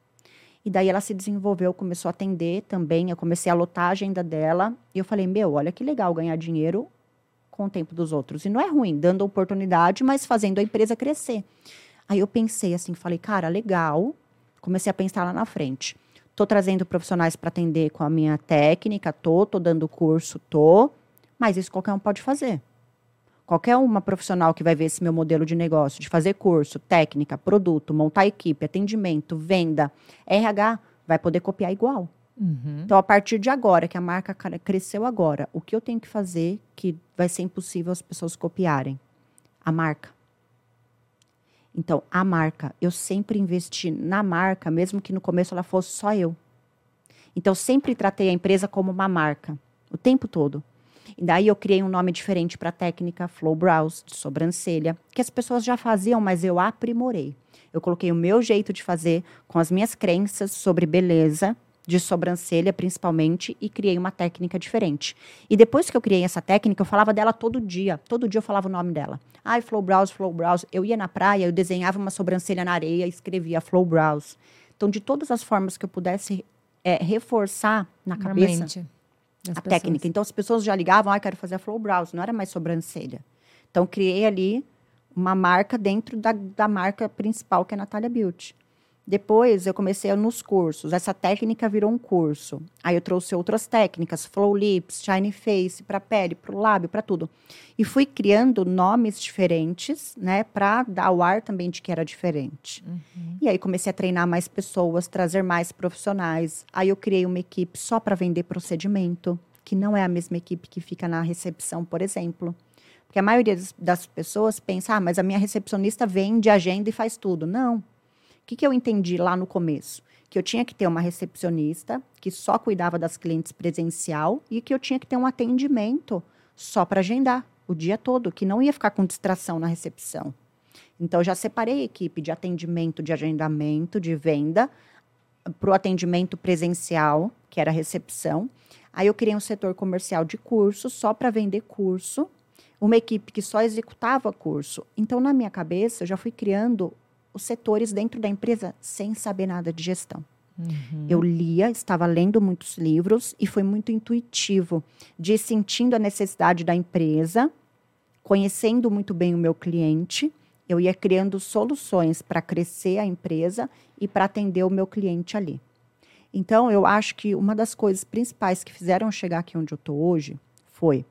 E daí ela se desenvolveu, começou a atender também. Eu comecei a lotar a agenda dela. E eu falei, olha que legal ganhar dinheiro com o tempo dos outros. E não é ruim, dando oportunidade, mas fazendo a empresa crescer. Aí eu pensei assim, falei, cara, legal. Comecei a pensar lá na frente. Tô trazendo profissionais para atender com a minha técnica, tô dando curso, mas isso qualquer um pode fazer. Qualquer uma profissional que vai ver esse meu modelo de negócio, de fazer curso, técnica, produto, montar equipe, atendimento, venda, RH, vai poder copiar igual. Então, a partir de agora, que a marca cresceu agora, o que eu tenho que fazer que vai ser impossível as pessoas copiarem? A marca. Então, a marca, eu sempre investi na marca, mesmo que no começo ela fosse só eu. Então, eu sempre tratei a empresa como uma marca, o tempo todo. E daí eu criei um nome diferente para a técnica Flow Brows, de sobrancelha, que as pessoas já faziam, mas eu aprimorei. Eu coloquei o meu jeito de fazer com as minhas crenças sobre beleza, de sobrancelha principalmente, e criei uma técnica diferente. E depois que eu criei essa técnica, eu falava dela todo dia. Todo dia eu falava o nome dela. Ai, Flow Brows, Flow Brows. Eu ia na praia, eu desenhava uma sobrancelha na areia e escrevia Flow Brows. Então, de todas as formas que eu pudesse reforçar na cabeça a técnica. Então, as pessoas já ligavam, ai, quero fazer a Flow Brows. Não era mais sobrancelha. Então, criei ali uma marca dentro da marca principal, que é a Natalia Beauty. Depois, eu comecei nos cursos. Essa técnica virou um curso. Aí, eu trouxe outras técnicas, Flow Lips, Shine Face, para pele, para o lábio, para tudo. E fui criando nomes diferentes, né, para dar o ar também de que era diferente. Uhum. E aí, comecei a treinar mais pessoas, trazer mais profissionais. Aí, eu criei uma equipe só para vender procedimento, que não é a mesma equipe que fica na recepção, por exemplo. Porque a maioria das pessoas pensa, mas a minha recepcionista vende, agenda e faz tudo. Não. O que eu entendi lá no começo? Que eu tinha que ter uma recepcionista que só cuidava das clientes presencial e que eu tinha que ter um atendimento só para agendar o dia todo, que não ia ficar com distração na recepção. Então, eu já separei a equipe de atendimento, de agendamento, de venda, para o atendimento presencial, que era a recepção. Aí, eu criei um setor comercial de curso, só para vender curso, uma equipe que só executava curso. Então, na minha cabeça, eu já fui criando os setores dentro da empresa sem saber nada de gestão. Uhum. Eu lia, estava lendo muitos livros e foi muito intuitivo, de ir sentindo a necessidade da empresa, conhecendo muito bem o meu cliente, eu ia criando soluções para crescer a empresa e para atender o meu cliente ali. Então, eu acho que uma das coisas principais que fizeram chegar aqui onde eu estou hoje foi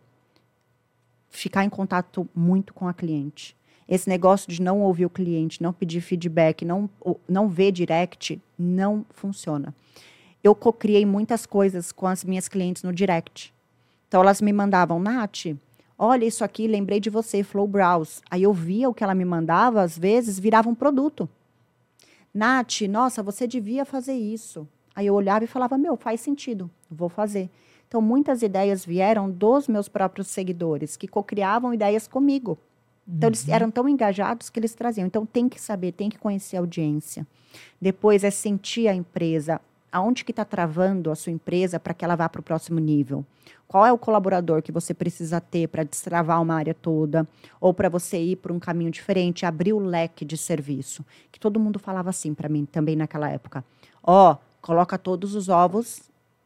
ficar em contato muito com a cliente. Esse negócio de não ouvir o cliente, não pedir feedback, não ver direct, não funciona. Eu co-criei muitas coisas com as minhas clientes no direct. Então, elas me mandavam, Nath, olha isso aqui, lembrei de você, Flow Brows. Aí eu via o que ela me mandava, às vezes, virava um produto. Nath, nossa, você devia fazer isso. Aí eu olhava e falava, faz sentido, vou fazer. Então, muitas ideias vieram dos meus próprios seguidores, que co-criavam ideias comigo. Então, eles eram tão engajados que eles traziam. Então, tem que saber, tem que conhecer a audiência. Depois, é sentir a empresa. Aonde que está travando a sua empresa para que ela vá para o próximo nível? Qual é o colaborador que você precisa ter para destravar uma área toda? Ou para você ir por um caminho diferente, abrir o leque de serviço? Que todo mundo falava assim para mim também naquela época. Coloca todos os ovos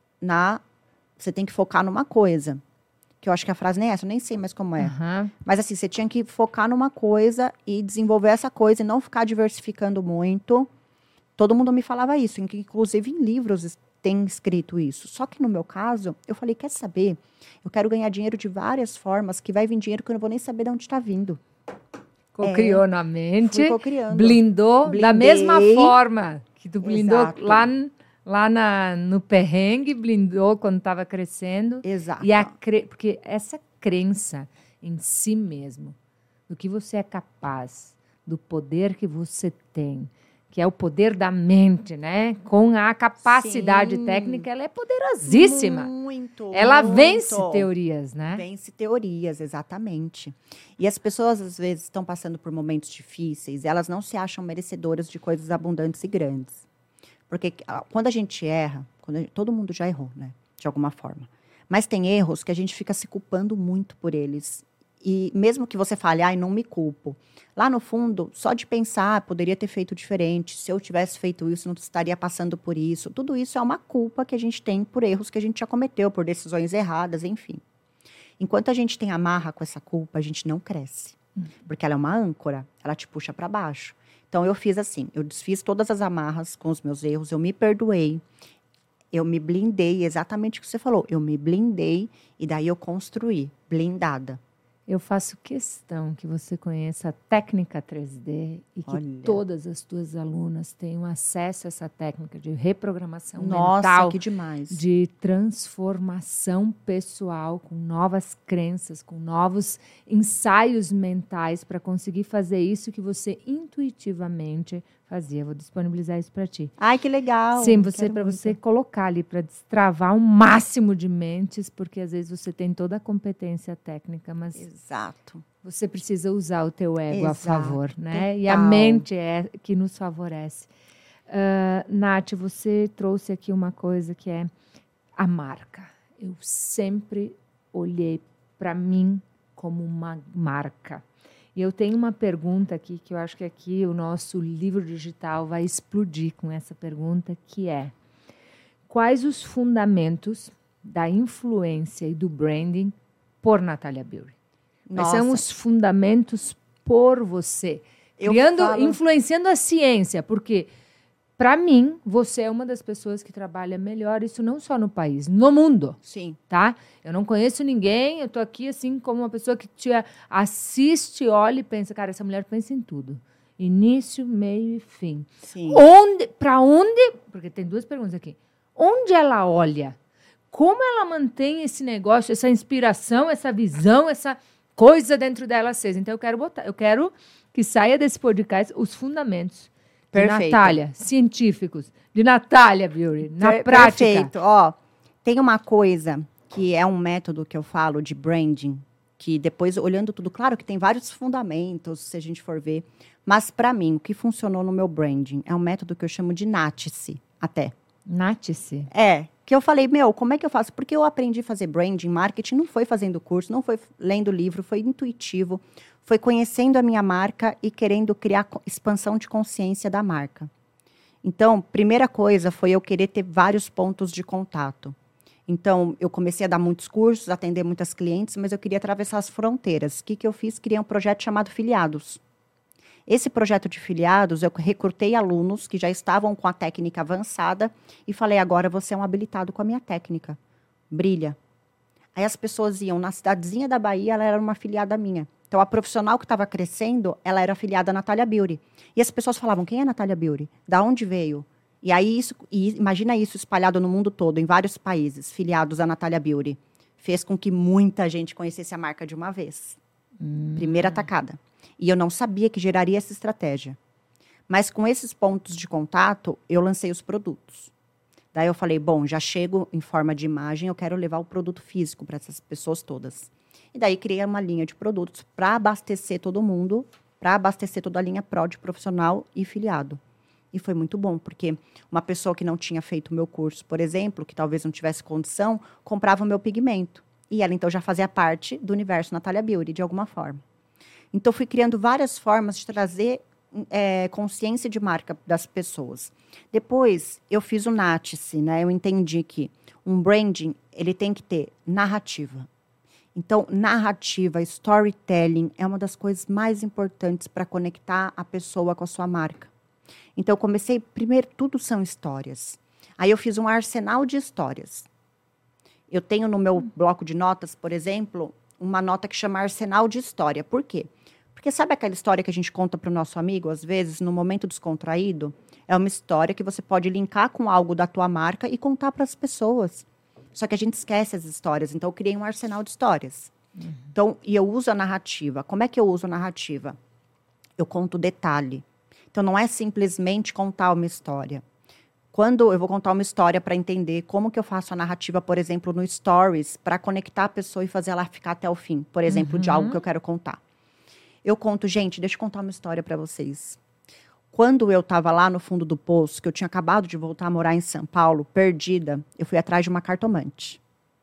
Você tem que focar numa coisa. Que eu acho que a frase nem é essa, eu nem sei mais como é. Uhum. Mas assim, você tinha que focar numa coisa e desenvolver essa coisa e não ficar diversificando muito. Todo mundo me falava isso, inclusive em livros tem escrito isso. Só que no meu caso, eu falei, quer saber? Eu quero ganhar dinheiro de várias formas, que vai vir dinheiro que eu não vou nem saber de onde está vindo.
Cocriou na mente, blindou da mesma forma que tu blindou. Exato. Lá no perrengue, blindou quando estava crescendo.
Exato.
Porque essa crença em si mesmo, do que você é capaz, do poder que você tem, que é o poder da mente, né? Com a capacidade técnica, ela é poderosíssima.
Muito.
Ela vence teorias, né?
Vence teorias, exatamente. E as pessoas, às vezes, estão passando por momentos difíceis, elas não se acham merecedoras de coisas abundantes e grandes. Porque quando a gente erra, todo mundo já errou, né? De alguma forma. Mas tem erros que a gente fica se culpando muito por eles. E mesmo que você fale, não me culpo. Lá no fundo, só de pensar, poderia ter feito diferente. Se eu tivesse feito isso, não estaria passando por isso. Tudo isso é uma culpa que a gente tem por erros que a gente já cometeu, por decisões erradas, enfim. Enquanto a gente tem amarra com essa culpa, a gente não cresce. Porque ela é uma âncora, ela te puxa para baixo. Então, eu fiz assim, eu desfiz todas as amarras com os meus erros, eu me perdoei, eu me blindei, exatamente o que você falou, eu me blindei e daí eu construí, blindada.
Eu faço questão que você conheça a técnica 3D e que todas as tuas alunas tenham acesso a essa técnica de reprogramação mental.
Nossa, que demais.
De transformação pessoal, com novas crenças, com novos ensaios mentais para conseguir fazer isso que você intuitivamente Fazia, vou disponibilizar isso para ti.
Ai, que legal.
Sim, para você colocar ali, para destravar o máximo de mentes, porque às vezes você tem toda a competência técnica, mas
Exato.
você precisa usar o teu ego a favor, né?
Total.
E a mente é que nos favorece. Nath, você trouxe aqui uma coisa que é a marca. Eu sempre olhei para mim como uma marca. E eu tenho uma pergunta aqui, que eu acho que aqui o nosso livro digital vai explodir com essa pergunta, que é: quais os fundamentos da influência e do branding por Natalia Beauty? Quais são os fundamentos por você? Influenciando a ciência, porque, para mim, você é uma das pessoas que trabalha melhor isso não só no país, no mundo.
Sim.
Tá? Eu não conheço ninguém, eu tô aqui assim como uma pessoa que te assiste, olha e pensa, cara, essa mulher pensa em tudo. Início, meio e fim.
Sim.
Para onde? Porque tem duas perguntas aqui. Onde ela olha? Como ela mantém esse negócio, essa inspiração, essa visão, essa coisa dentro dela acesa? Então eu quero que saia desse podcast os fundamentos.
Perfeito.
De Natália, científicos, de Natalia Beauty, na prática.
Perfeito. Ó, tem uma coisa que é um método que eu falo de branding, que depois, olhando tudo, claro que tem vários fundamentos, se a gente for ver, mas para mim, o que funcionou no meu branding é um método que eu chamo de NATCE, até.
NATCE?
Que eu falei, como é que eu faço? Porque eu aprendi a fazer branding, marketing, não foi fazendo curso, não foi lendo livro, foi intuitivo, foi conhecendo a minha marca e querendo criar expansão de consciência da marca. Então, primeira coisa foi eu querer ter vários pontos de contato. Então, eu comecei a dar muitos cursos, atender muitas clientes, mas eu queria atravessar as fronteiras. O que eu fiz? Criei um projeto chamado Filiados. Esse projeto de filiados, eu recrutei alunos que já estavam com a técnica avançada e falei, agora você é um habilitado com a minha técnica. Brilha. Aí as pessoas iam na cidadezinha da Bahia, ela era uma afiliada minha. Então, a profissional que estava crescendo, ela era afiliada à Natalia Beauty. E as pessoas falavam, quem é a Natalia Beauty? Da onde veio? E aí, imagina isso espalhado no mundo todo, em vários países, filiados à Natalia Beauty. Fez com que muita gente conhecesse a marca de uma vez. Primeira tacada. E eu não sabia que geraria essa estratégia. Mas com esses pontos de contato, eu lancei os produtos. Daí eu falei, bom, já chego em forma de imagem, eu quero levar o produto físico para essas pessoas todas. E daí criei uma linha de produtos para abastecer todo mundo, para abastecer toda a linha Pro de profissional e filiado. E foi muito bom, porque uma pessoa que não tinha feito o meu curso, por exemplo, que talvez não tivesse condição, comprava o meu pigmento. E ela, então, já fazia parte do universo Natalia Beauty, de alguma forma. Então, fui criando várias formas de trazer consciência de marca das pessoas. Depois, eu fiz o NATCE, né? Eu entendi que um branding, ele tem que ter narrativa. Então, narrativa, storytelling, é uma das coisas mais importantes para conectar a pessoa com a sua marca. Então, eu comecei, primeiro, tudo são histórias. Aí, eu fiz um arsenal de histórias. Eu tenho no meu bloco de notas, por exemplo, uma nota que chama Arsenal de História. Por quê? Porque sabe aquela história que a gente conta para o nosso amigo, às vezes, no momento descontraído? É uma história que você pode linkar com algo da tua marca e contar para as pessoas. Só que a gente esquece as histórias. Então, eu criei um arsenal de histórias. Então, e eu uso a narrativa. Como é que eu uso a narrativa? Eu conto detalhe. Então, não é simplesmente contar uma história. Quando eu vou contar uma história para entender como que eu faço a narrativa, por exemplo, no Stories, para conectar a pessoa e fazer ela ficar até o fim, por exemplo, de algo que eu quero contar. Eu conto, gente, deixa eu contar uma história para vocês. Quando eu estava lá no fundo do poço, que eu tinha acabado de voltar a morar em São Paulo, perdida, eu fui atrás de uma cartomante.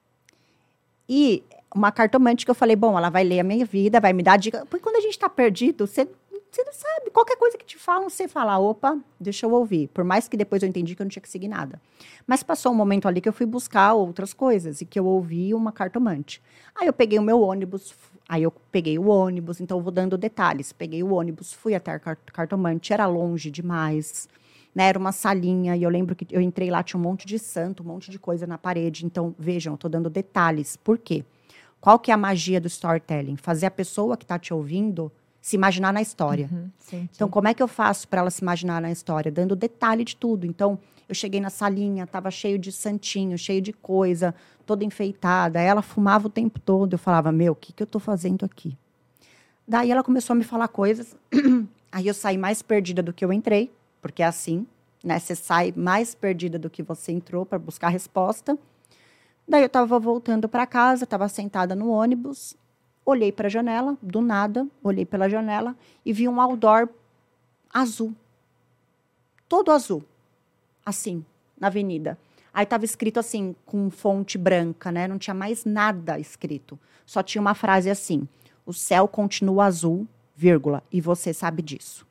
E uma cartomante que eu falei, bom, ela vai ler a minha vida, vai me dar dica. Porque quando a gente está perdido, você não sabe. Qualquer coisa que te falam, você fala, opa, deixa eu ouvir. Por mais que depois eu entendi que eu não tinha que seguir nada. Mas passou um momento ali que eu fui buscar outras coisas e que eu ouvi uma cartomante. Aí eu peguei o meu ônibus, então eu vou dando detalhes. Peguei o ônibus, fui até a cartomante, era longe demais, né? Era uma salinha, e eu lembro que eu entrei lá, tinha um monte de santo, um monte de coisa na parede. Então, vejam, eu estou dando detalhes. Por quê? Qual que é a magia do storytelling? Fazer a pessoa que está te ouvindo se imaginar na história.
Sim.
Então, como é que eu faço para ela se imaginar na história? Dando detalhe de tudo. Então, eu cheguei na salinha, estava cheio de santinho, cheio de coisa, toda enfeitada. Ela fumava o tempo todo. Eu falava, o que eu estou fazendo aqui? Daí ela começou a me falar coisas. Aí eu saí mais perdida do que eu entrei. Porque é assim, né? Você sai mais perdida do que você entrou para buscar a resposta. Daí eu estava voltando para casa, estava sentada no ônibus, olhei para a janela, do nada, olhei pela janela e vi um outdoor azul. Todo azul, assim, na avenida. Aí estava escrito assim, com fonte branca, né? Não tinha mais nada escrito. Só tinha uma frase assim, o céu continua azul, vírgula, e você sabe disso.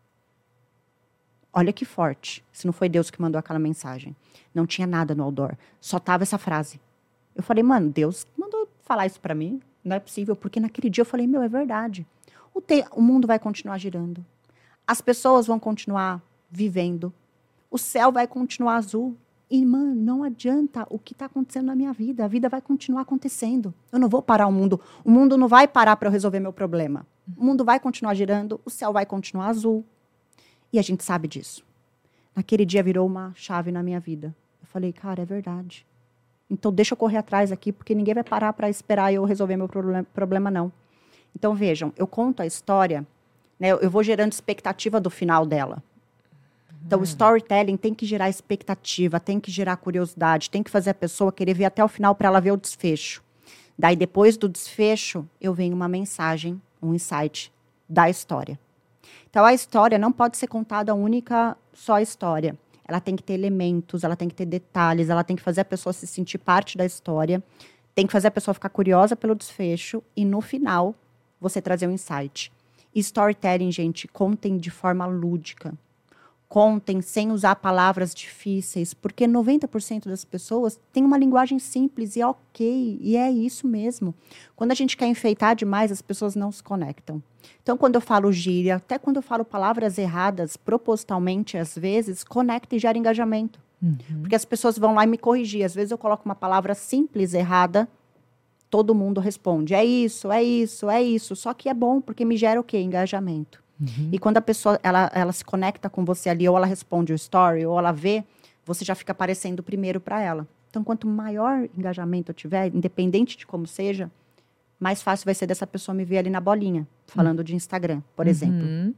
Olha que forte, se não foi Deus que mandou aquela mensagem. Não tinha nada no outdoor, só tava essa frase. Eu falei, mano, Deus mandou falar isso para mim? Não é possível, porque naquele dia eu falei, meu, é verdade. O mundo vai continuar girando. As pessoas vão continuar vivendo. O céu vai continuar azul. E, mano, não adianta o que está acontecendo na minha vida. A vida vai continuar acontecendo. Eu não vou parar o mundo. O mundo não vai parar para eu resolver meu problema. O mundo vai continuar girando, o céu vai continuar azul. E a gente sabe disso. Naquele dia virou uma chave na minha vida. Eu falei, cara, é verdade. Então, deixa eu correr atrás aqui, porque ninguém vai parar para esperar eu resolver meu problema, não. Então, vejam, eu conto a história, né, eu vou gerando expectativa do final dela. Então, o storytelling tem que gerar expectativa, tem que gerar curiosidade, tem que fazer a pessoa querer ver até o final para ela ver o desfecho. Daí, depois do desfecho, eu venho uma mensagem, um insight da história. Então, a história não pode ser contada única, só a história. Ela tem que ter elementos, ela tem que ter detalhes, ela tem que fazer a pessoa se sentir parte da história, tem que fazer a pessoa ficar curiosa pelo desfecho e, no final, você trazer um insight. E storytelling, gente, contem de forma lúdica. Contem sem usar palavras difíceis, porque 90% das pessoas têm uma linguagem simples e é ok, e é isso mesmo. Quando a gente quer enfeitar demais, as pessoas não se conectam. Então, quando eu falo gíria, até quando eu falo palavras erradas, propositalmente, às vezes, conecta e gera engajamento. Porque as pessoas vão lá e me corrigir. Às vezes eu coloco uma palavra simples, errada, todo mundo responde. É isso, é isso, é isso. Só que é bom, porque me gera o quê? Engajamento. E quando a pessoa ela se conecta com você ali, ou ela responde o story, ou ela vê, você já fica aparecendo primeiro para ela. Então, quanto maior engajamento eu tiver, independente de como seja, mais fácil vai ser dessa pessoa me ver ali na bolinha, falando de Instagram, por exemplo.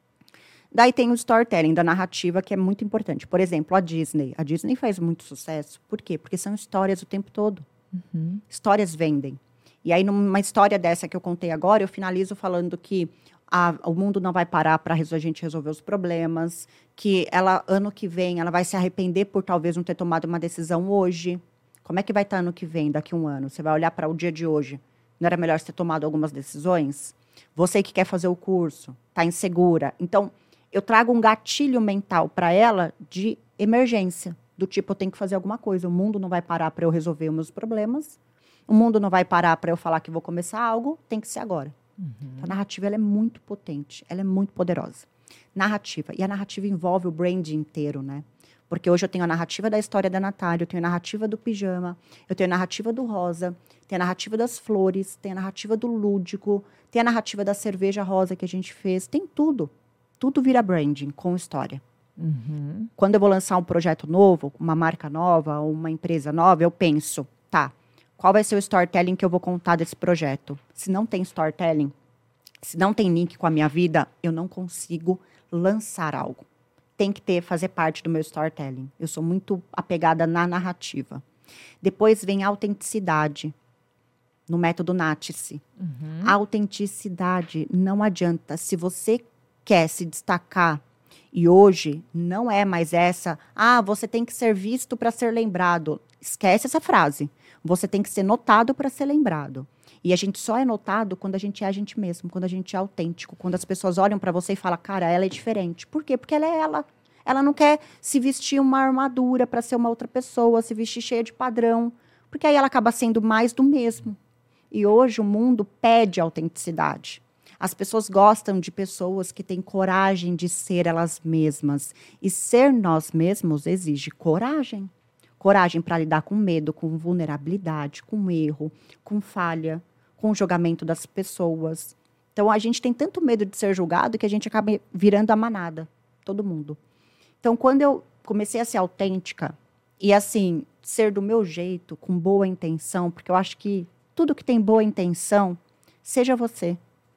Daí tem o storytelling da narrativa, que é muito importante. Por exemplo, a Disney. A Disney faz muito sucesso. Por quê? Porque são histórias o tempo todo. Histórias vendem. E aí, numa história dessa que eu contei agora, eu finalizo falando que o mundo não vai parar para a gente resolver os problemas, que ela, ano que vem, ela vai se arrepender por talvez não ter tomado uma decisão hoje. Como é que vai estar ano que vem, daqui a um ano? Você vai olhar para o dia de hoje. Não era melhor você ter tomado algumas decisões? Você que quer fazer o curso, está insegura. Então, eu trago um gatilho mental para ela de emergência. Do tipo, eu tenho que fazer alguma coisa. O mundo não vai parar para eu resolver os meus problemas. O mundo não vai parar para eu falar que vou começar algo. Tem que ser agora. A narrativa ela é muito potente, ela é muito poderosa. Narrativa. E a narrativa envolve o brand inteiro, né? Porque hoje eu tenho a narrativa da história da Natália, eu tenho a narrativa do pijama, eu tenho a narrativa do rosa, tem a narrativa das flores, tem a narrativa do lúdico, tem a narrativa da cerveja rosa que a gente fez, tem tudo. Tudo vira branding com história. Quando eu vou lançar um projeto novo, uma marca nova, ou uma empresa nova, eu penso, tá, qual vai ser o storytelling que eu vou contar desse projeto? Se não tem storytelling, se não tem link com a minha vida, eu não consigo lançar algo. Tem que fazer parte do meu storytelling. Eu sou muito apegada na narrativa. Depois vem a autenticidade, no método Nátice. A autenticidade não adianta. Se você quer se destacar, e hoje não é mais essa, você tem que ser visto para ser lembrado. Esquece essa frase. Você tem que ser notado para ser lembrado. E a gente só é notado quando a gente é a gente mesmo, quando a gente é autêntico, quando as pessoas olham para você e falam, cara, ela é diferente. Por quê? Porque ela é ela. Ela não quer se vestir uma armadura para ser uma outra pessoa, se vestir cheia de padrão, porque aí ela acaba sendo mais do mesmo. E hoje o mundo pede autenticidade. As pessoas gostam de pessoas que têm coragem de ser elas mesmas. E ser nós mesmos exige coragem. Coragem para lidar com medo, com vulnerabilidade, com erro, com falha, com o julgamento das pessoas. Então, a gente tem tanto medo de ser julgado que a gente acaba virando a manada, todo mundo. Então, quando eu comecei a ser autêntica e, assim, ser do meu jeito, com boa intenção, porque eu acho que tudo que tem boa intenção, seja você.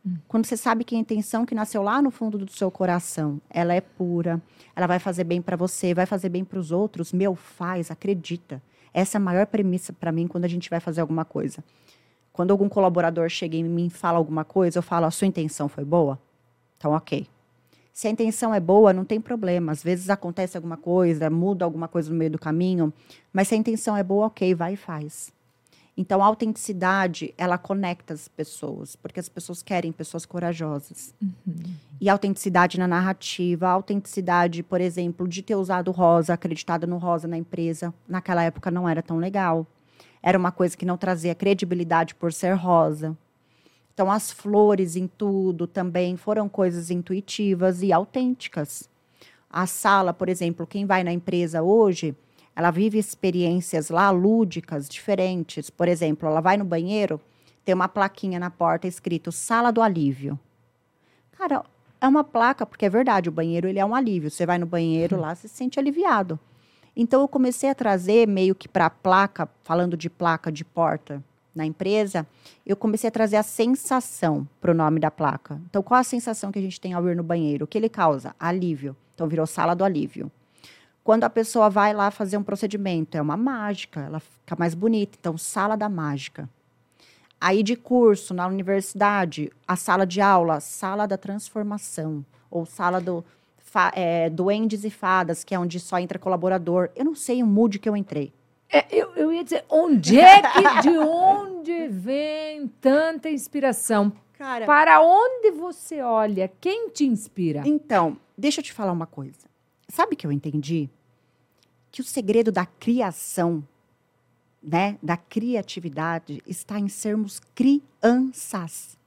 Quando você sabe que a intenção que nasceu lá no fundo do seu coração, ela é pura, ela vai fazer bem para você, vai fazer bem para os outros, faz, acredita. Essa é a maior premissa para mim quando a gente vai fazer alguma coisa. Quando algum colaborador chega em mim e fala alguma coisa, eu falo, a sua intenção foi boa? Então, ok. Se a intenção é boa, não tem problema. Às vezes acontece alguma coisa, muda alguma coisa no meio do caminho, mas se a intenção é boa, ok, vai e faz. Então, a autenticidade, ela conecta as pessoas, porque as pessoas querem pessoas corajosas. E a autenticidade na narrativa, a autenticidade, por exemplo, de ter usado rosa, acreditado no rosa na empresa, naquela época não era tão legal. Era uma coisa que não trazia credibilidade por ser rosa. Então, as flores em tudo também foram coisas intuitivas e autênticas. A sala, por exemplo, quem vai na empresa hoje, ela vive experiências lá lúdicas, diferentes. Por exemplo, ela vai no banheiro, tem uma plaquinha na porta escrito Sala do Alívio. Cara, é uma placa, porque é verdade, o banheiro ele é um alívio. Você vai no banheiro lá, você se sente aliviado. Então, eu comecei a trazer meio que para a placa, falando de placa de porta na empresa, eu comecei a trazer a sensação para o nome da placa. Então, qual a sensação que a gente tem ao ir no banheiro? O que ele causa? Alívio. Então, virou Sala do Alívio. Quando a pessoa vai lá fazer um procedimento, é uma mágica, ela fica mais bonita. Então, Sala da Mágica. Aí, de curso, na universidade, a sala de aula, Sala da Transformação. Ou Sala do Duendes e Fadas, que é onde só entra colaborador. Eu não sei o mood que eu entrei.
Eu ia dizer, de onde vem tanta inspiração?
Cara,
para onde você olha? Quem te inspira?
Então, deixa eu te falar uma coisa. Sabe que eu entendi? Que o segredo da criação, né, da criatividade, está em sermos crianças.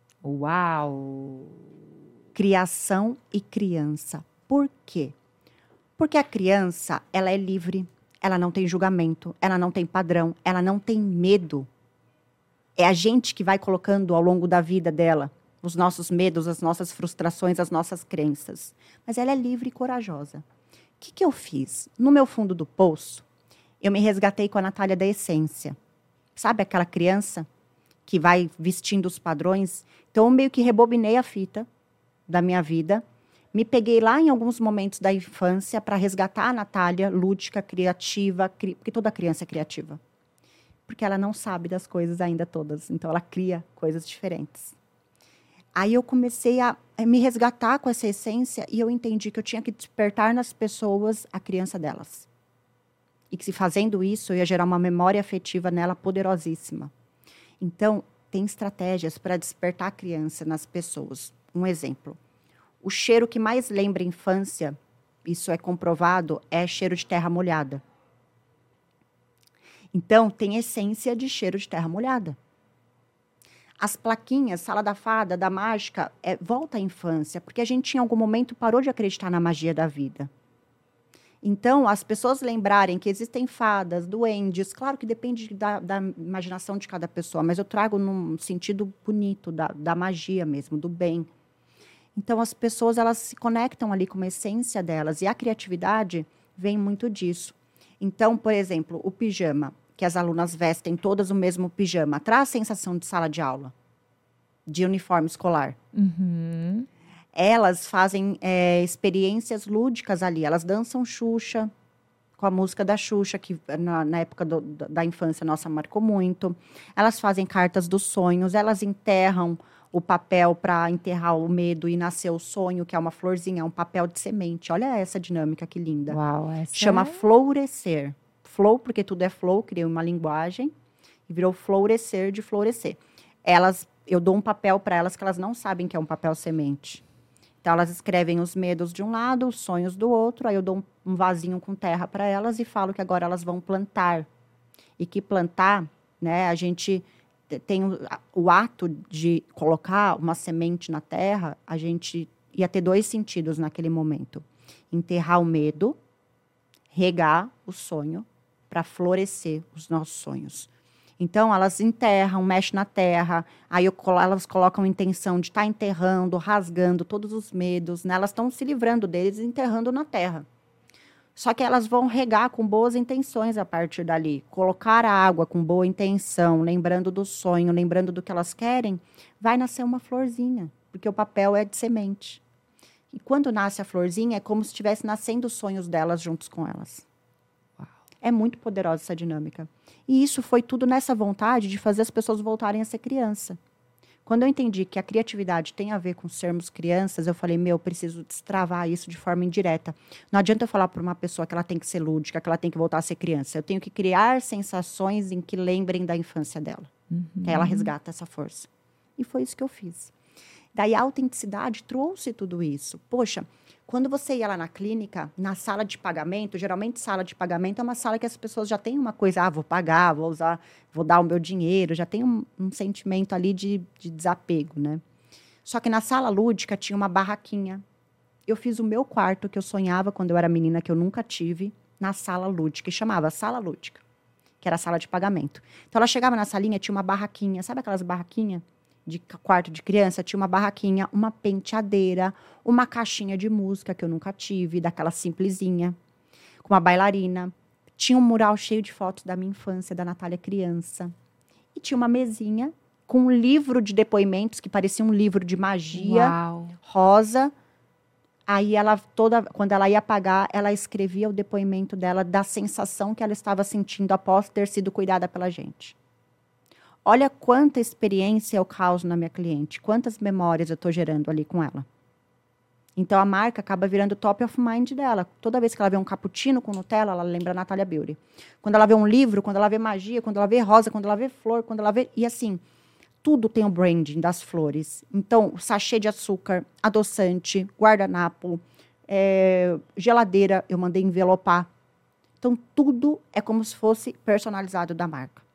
Uau!
Criação e criança. Por quê? Porque a criança, ela é livre. Ela não tem julgamento, ela não tem padrão, ela não tem medo. É a gente que vai colocando ao longo da vida dela os nossos medos, as nossas frustrações, as nossas crenças. Mas ela é livre e corajosa. O que eu fiz? No meu fundo do poço, eu me resgatei com a Natália da Essência. Sabe aquela criança que vai vestindo os padrões? Então, eu meio que rebobinei a fita da minha vida. Me peguei lá em alguns momentos da infância para resgatar a Natália, lúdica, criativa, porque toda criança é criativa. Porque ela não sabe das coisas ainda todas, então ela cria coisas diferentes. Aí eu comecei a me resgatar com essa essência e eu entendi que eu tinha que despertar nas pessoas a criança delas. E que se fazendo isso, eu ia gerar uma memória afetiva nela poderosíssima. Então, tem estratégias para despertar a criança nas pessoas. Um exemplo. O cheiro que mais lembra a infância, isso é comprovado, é cheiro de terra molhada. Então, tem essência de cheiro de terra molhada. As plaquinhas, Sala da Fada, da Mágica, volta à infância, porque a gente, em algum momento, parou de acreditar na magia da vida. Então, as pessoas lembrarem que existem fadas, duendes, claro que depende da imaginação de cada pessoa, mas eu trago num sentido bonito, da magia mesmo, do bem. Então, as pessoas, elas se conectam ali com a essência delas. E a criatividade vem muito disso. Então, por exemplo, o pijama, que as alunas vestem todas o mesmo pijama, traz sensação de sala de aula, de uniforme escolar.
Uhum.
Elas fazem experiências lúdicas ali. Elas dançam Xuxa, com a música da Xuxa, que na época da infância nossa marcou muito. Elas fazem cartas dos sonhos, elas enterram o papel para enterrar o medo e nascer o sonho, que é uma florzinha, é um papel de semente. Olha essa dinâmica, que linda.
Uau, essa
Chama florescer. Flow, porque tudo é flow, criei uma linguagem, e virou florescer de florescer. Eu dou um papel para elas que elas não sabem que é um papel semente. Então, elas escrevem os medos de um lado, os sonhos do outro, aí eu dou um vasinho com terra para elas e falo que agora elas vão plantar. E que plantar, né, a gente tem o ato de colocar uma semente na terra, a gente ia ter 2 sentidos naquele momento. Enterrar o medo, regar o sonho para florescer os nossos sonhos. Então, elas enterram, mexem na terra, aí elas colocam a intenção de estar enterrando, rasgando todos os medos, né? Elas estão se livrando deles e enterrando na terra. Só que elas vão regar com boas intenções a partir dali. Colocar a água com boa intenção, lembrando do sonho, lembrando do que elas querem, vai nascer uma florzinha, porque o papel é de semente. E quando nasce a florzinha, é como se estivesse nascendo os sonhos delas juntos com elas.
Uau.
É muito poderosa essa dinâmica. E isso foi tudo nessa vontade de fazer as pessoas voltarem a ser criança. Quando eu entendi que a criatividade tem a ver com sermos crianças, eu falei, eu preciso destravar isso de forma indireta. Não adianta eu falar para uma pessoa que ela tem que ser lúdica, que ela tem que voltar a ser criança. Eu tenho que criar sensações em que lembrem da infância dela. Que aí ela resgata essa força. E foi isso que eu fiz. Daí a autenticidade trouxe tudo isso. Poxa, quando você ia lá na clínica, na sala de pagamento, geralmente sala de pagamento é uma sala que as pessoas já têm uma coisa, vou pagar, vou usar, vou dar o meu dinheiro, já tem um sentimento ali de desapego, né? Só que na sala lúdica tinha uma barraquinha. Eu fiz o meu quarto, que eu sonhava quando eu era menina, que eu nunca tive, na sala lúdica, e chamava Sala Lúdica, que era a sala de pagamento. Então ela chegava na salinha, tinha uma barraquinha, sabe aquelas barraquinhas? De quarto de criança, tinha uma barraquinha, uma penteadeira, uma caixinha de música que eu nunca tive, daquela simplesinha, com uma bailarina. Tinha um mural cheio de fotos da minha infância, da Natália criança. E tinha uma mesinha com um livro de depoimentos, que parecia um livro de magia,
Uau.
rosa. Aí quando ela ia pagar, ela escrevia o depoimento dela da sensação que ela estava sentindo após ter sido cuidada pela gente. Olha quanta experiência eu causo na minha cliente, quantas memórias eu estou gerando ali com ela. Então, a marca acaba virando top of mind dela. Toda vez que ela vê um cappuccino com Nutella, ela lembra a Natália Beauty. Quando ela vê um livro, quando ela vê magia, quando ela vê rosa, quando ela vê flor, quando ela vê... E assim, tudo tem o branding das flores. Então, sachê de açúcar, adoçante, guardanapo, geladeira, eu mandei envelopar. Então, tudo é como se fosse personalizado da marca.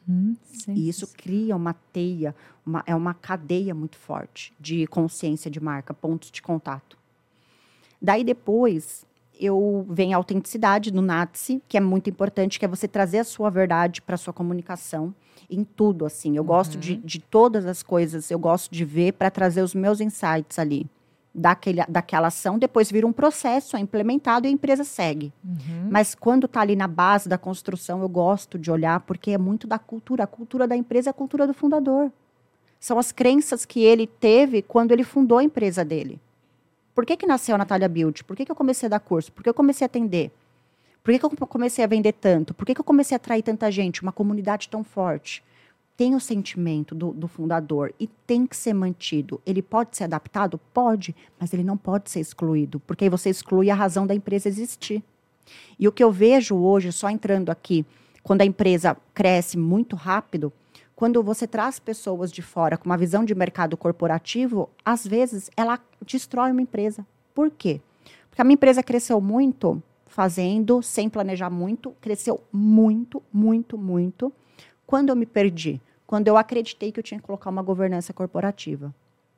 E isso cria uma teia, é uma cadeia muito forte de consciência de marca, pontos de contato. Daí depois, vem a autenticidade no NATSE, que é muito importante, que é você trazer a sua verdade para a sua comunicação, em tudo, assim. Eu gosto de todas as coisas, eu gosto de ver para trazer os meus insights ali. Daquela ação, depois vira um processo, é implementado e a empresa segue. Mas quando está ali na base da construção, eu gosto de olhar, porque é muito da cultura. A cultura da empresa é a cultura do fundador. São as crenças que ele teve quando ele fundou a empresa dele. Por que nasceu a Natália Beauty? Por que eu comecei a dar curso? Por que eu comecei a atender? Por que eu comecei a vender tanto? Por que eu comecei a atrair tanta gente? Uma comunidade tão forte. Tem o sentimento do fundador e tem que ser mantido. Ele pode ser adaptado? Pode, mas ele não pode ser excluído, porque aí você exclui a razão da empresa existir. E o que eu vejo hoje, só entrando aqui, quando a empresa cresce muito rápido, quando você traz pessoas de fora com uma visão de mercado corporativo, às vezes ela destrói uma empresa. Por quê? Porque a minha empresa cresceu muito fazendo, sem planejar muito, cresceu muito, muito, muito. Quando eu me perdi? Quando eu acreditei que eu tinha que colocar uma governança corporativa.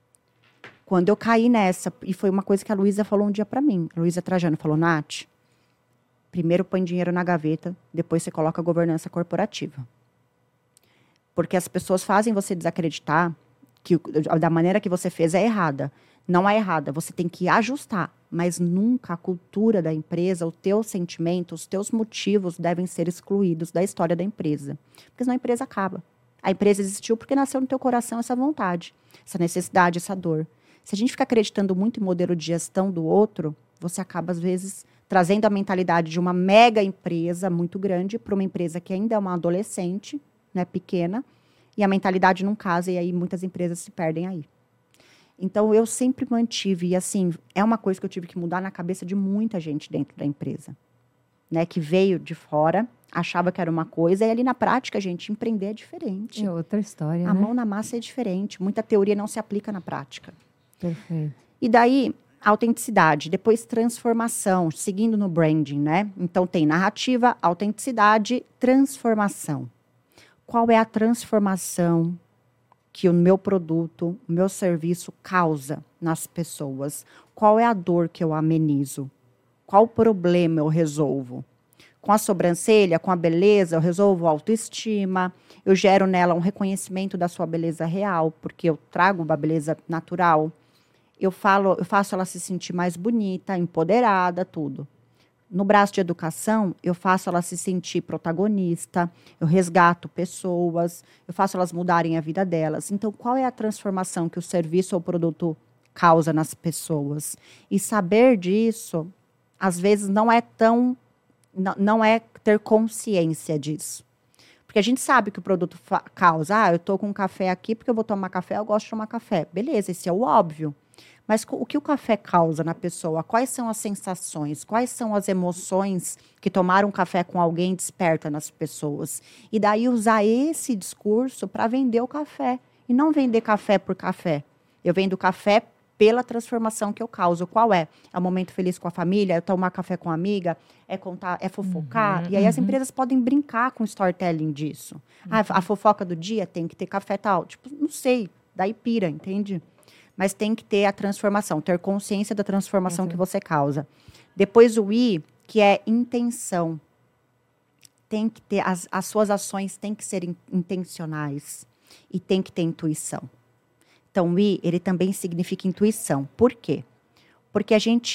Quando eu caí nessa, e foi uma coisa que a Luísa falou um dia para mim, a Luísa Trajano falou, Nath, primeiro põe dinheiro na gaveta, depois você coloca a governança corporativa. Porque as pessoas fazem você desacreditar que da maneira que você fez é errada. Não é errada, você tem que ajustar, mas nunca a cultura da empresa, o teu sentimento, os teus motivos devem ser excluídos da história da empresa. Porque senão a empresa acaba. A empresa existiu porque nasceu no teu coração essa vontade, essa necessidade, essa dor. Se a gente fica acreditando muito em modelo de gestão do outro, você acaba, às vezes, trazendo a mentalidade de uma mega empresa muito grande para uma empresa que ainda é uma adolescente, né, pequena, e a mentalidade não casa, e aí muitas empresas se perdem aí. Então, eu sempre mantive, e assim, é uma coisa que eu tive que mudar na cabeça de muita gente dentro da empresa, né, que veio de fora, achava que era uma coisa, e ali na prática, gente, empreender é diferente.
É outra história,
A
né?
mão na massa é diferente, muita teoria não se aplica na prática.
Perfeito.
E daí, autenticidade, depois transformação, seguindo no branding, né? Então, tem narrativa, autenticidade, transformação. Qual é a transformação que o meu produto, o meu serviço causa nas pessoas? Qual é a dor que eu amenizo? Qual problema eu resolvo? Com a sobrancelha, com a beleza, eu resolvo a autoestima, eu gero nela um reconhecimento da sua beleza real, porque eu trago uma beleza natural. Eu faço ela se sentir mais bonita, empoderada, tudo. No braço de educação, eu faço ela se sentir protagonista, eu resgato pessoas, eu faço elas mudarem a vida delas. Então, qual é a transformação que o serviço ou produto causa nas pessoas? E saber disso, às vezes, não é ter consciência disso. Porque a gente sabe que o produto causa. Eu estou com um café aqui porque eu vou tomar café, eu gosto de tomar café. Beleza, esse é o óbvio. Mas o que o café causa na pessoa? Quais são as sensações? Quais são as emoções que tomar um café com alguém desperta nas pessoas? E daí usar esse discurso para vender o café. E não vender café por café. Eu vendo café pela transformação que eu causo. Qual é? É um momento feliz com a família? É tomar café com a amiga? É contar? É fofocar? E aí as empresas podem brincar com o storytelling disso. A fofoca do dia tem que ter café tal. Tipo, não sei. Daí pira, entende? Mas tem que ter a transformação, ter consciência da transformação que você causa. Depois o I, que é intenção. Tem que ter, as suas ações têm que ser intencionais e tem que ter intuição. Então o I, ele também significa intuição. Por quê? Porque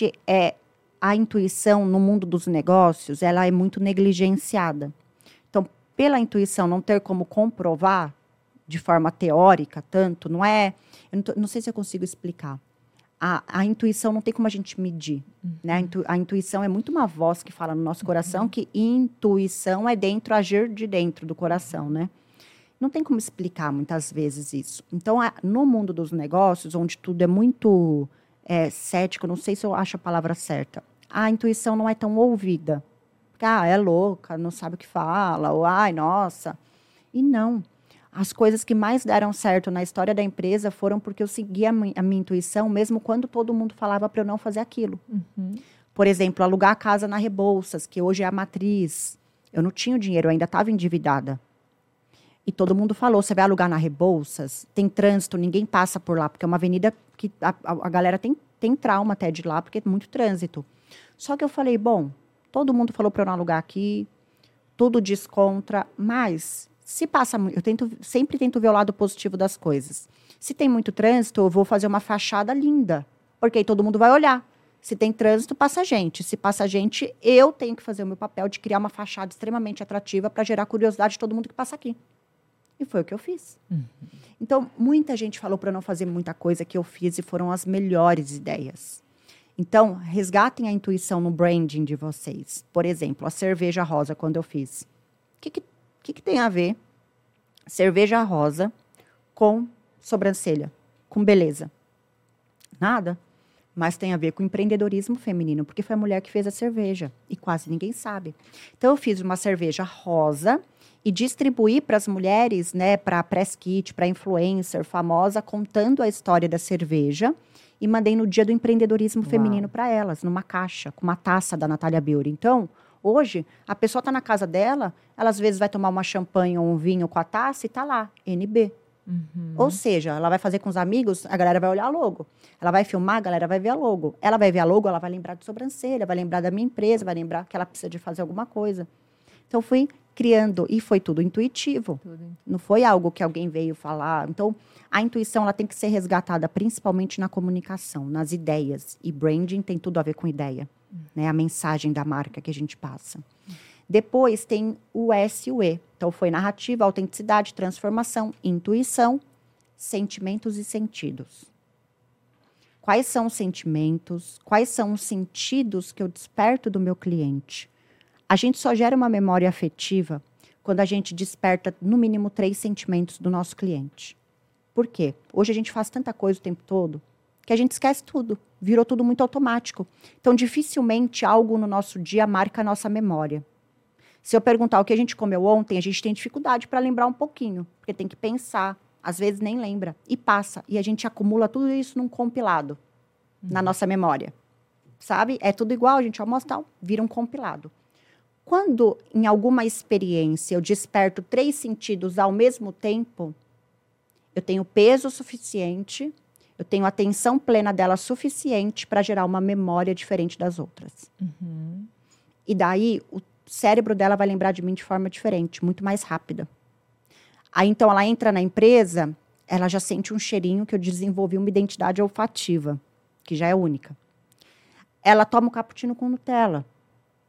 a intuição no mundo dos negócios, ela é muito negligenciada. Então, pela intuição não ter como comprovar de forma teórica tanto, não é... não sei se eu consigo explicar. A intuição não tem como a gente medir. Né? A intuição é muito uma voz que fala no nosso coração, que intuição é agir de dentro do coração, né? Não tem como explicar muitas vezes isso. Então, no mundo dos negócios, onde tudo é muito cético, não sei se eu acho a palavra certa, a intuição não é tão ouvida. Porque, é louca, não sabe o que fala, ou, ai, nossa. E não. As coisas que mais deram certo na história da empresa foram porque eu segui a minha intuição, mesmo quando todo mundo falava para eu não fazer aquilo. Por exemplo, alugar a casa na Rebouças, que hoje é a matriz. Eu não tinha o dinheiro, eu ainda estava endividada. E todo mundo falou, você vai alugar na Rebouças, tem trânsito, ninguém passa por lá, porque é uma avenida que a galera tem trauma até de lá, porque é muito trânsito. Só que eu falei, bom, todo mundo falou para eu não alugar aqui, tudo descontra, mas... Se passa, sempre tento ver o lado positivo das coisas. Se tem muito trânsito, eu vou fazer uma fachada linda, porque aí todo mundo vai olhar. Se tem trânsito, passa gente. Se passa gente, eu tenho que fazer o meu papel de criar uma fachada extremamente atrativa para gerar curiosidade de todo mundo que passa aqui. E foi o que eu fiz. Então, muita gente falou para eu não fazer muita coisa que eu fiz e foram as melhores ideias. Então, resgatem a intuição no branding de vocês. Por exemplo, a cerveja rosa, quando eu fiz. O que tem a ver cerveja rosa com sobrancelha, com beleza? Nada. Mas tem a ver com empreendedorismo feminino, porque foi a mulher que fez a cerveja e quase ninguém sabe. Então, eu fiz uma cerveja rosa e distribuí para as mulheres, né, para press kit, para influencer famosa, contando a história da cerveja e mandei no dia do empreendedorismo feminino para elas, numa caixa, com uma taça da Natália Beauty. Então, hoje, a pessoa está na casa dela, ela às vezes vai tomar uma champanhe ou um vinho com a taça e está lá, NB. Ou seja, ela vai fazer com os amigos, a galera vai olhar a logo. Ela vai filmar, a galera vai ver a logo. Ela vai ver a logo, ela vai lembrar de sobrancelha, vai lembrar da minha empresa, vai lembrar que ela precisa de fazer alguma coisa. Então, fui criando, e foi tudo intuitivo. Não foi algo que alguém veio falar. Então, a intuição ela tem que ser resgatada, principalmente na comunicação, nas ideias. E branding tem tudo a ver com ideia. Né, a mensagem da marca que a gente passa. Depois tem o S e o E. Então, foi narrativa, autenticidade, transformação, intuição, sentimentos e sentidos. Quais são os sentimentos? Quais são os sentidos que eu desperto do meu cliente? A gente só gera uma memória afetiva quando a gente desperta, no mínimo, 3 sentimentos do nosso cliente. Por quê? Hoje a gente faz tanta coisa o tempo todo que a gente esquece tudo. Virou tudo muito automático. Então, dificilmente algo no nosso dia marca a nossa memória. Se eu perguntar o que a gente comeu ontem, a gente tem dificuldade para lembrar um pouquinho, porque tem que pensar. Às vezes nem lembra. E passa. E a gente acumula tudo isso num compilado na nossa memória. Sabe? É tudo igual, a gente almoça e tal, vira um compilado. Quando, em alguma experiência, eu desperto 3 sentidos ao mesmo tempo, eu tenho peso suficiente... Eu tenho atenção plena dela suficiente para gerar uma memória diferente das outras. E daí, o cérebro dela vai lembrar de mim de forma diferente, muito mais rápida. Aí, então, ela entra na empresa, ela já sente um cheirinho que eu desenvolvi uma identidade olfativa, que já é única. Ela toma o cappuccino com Nutella.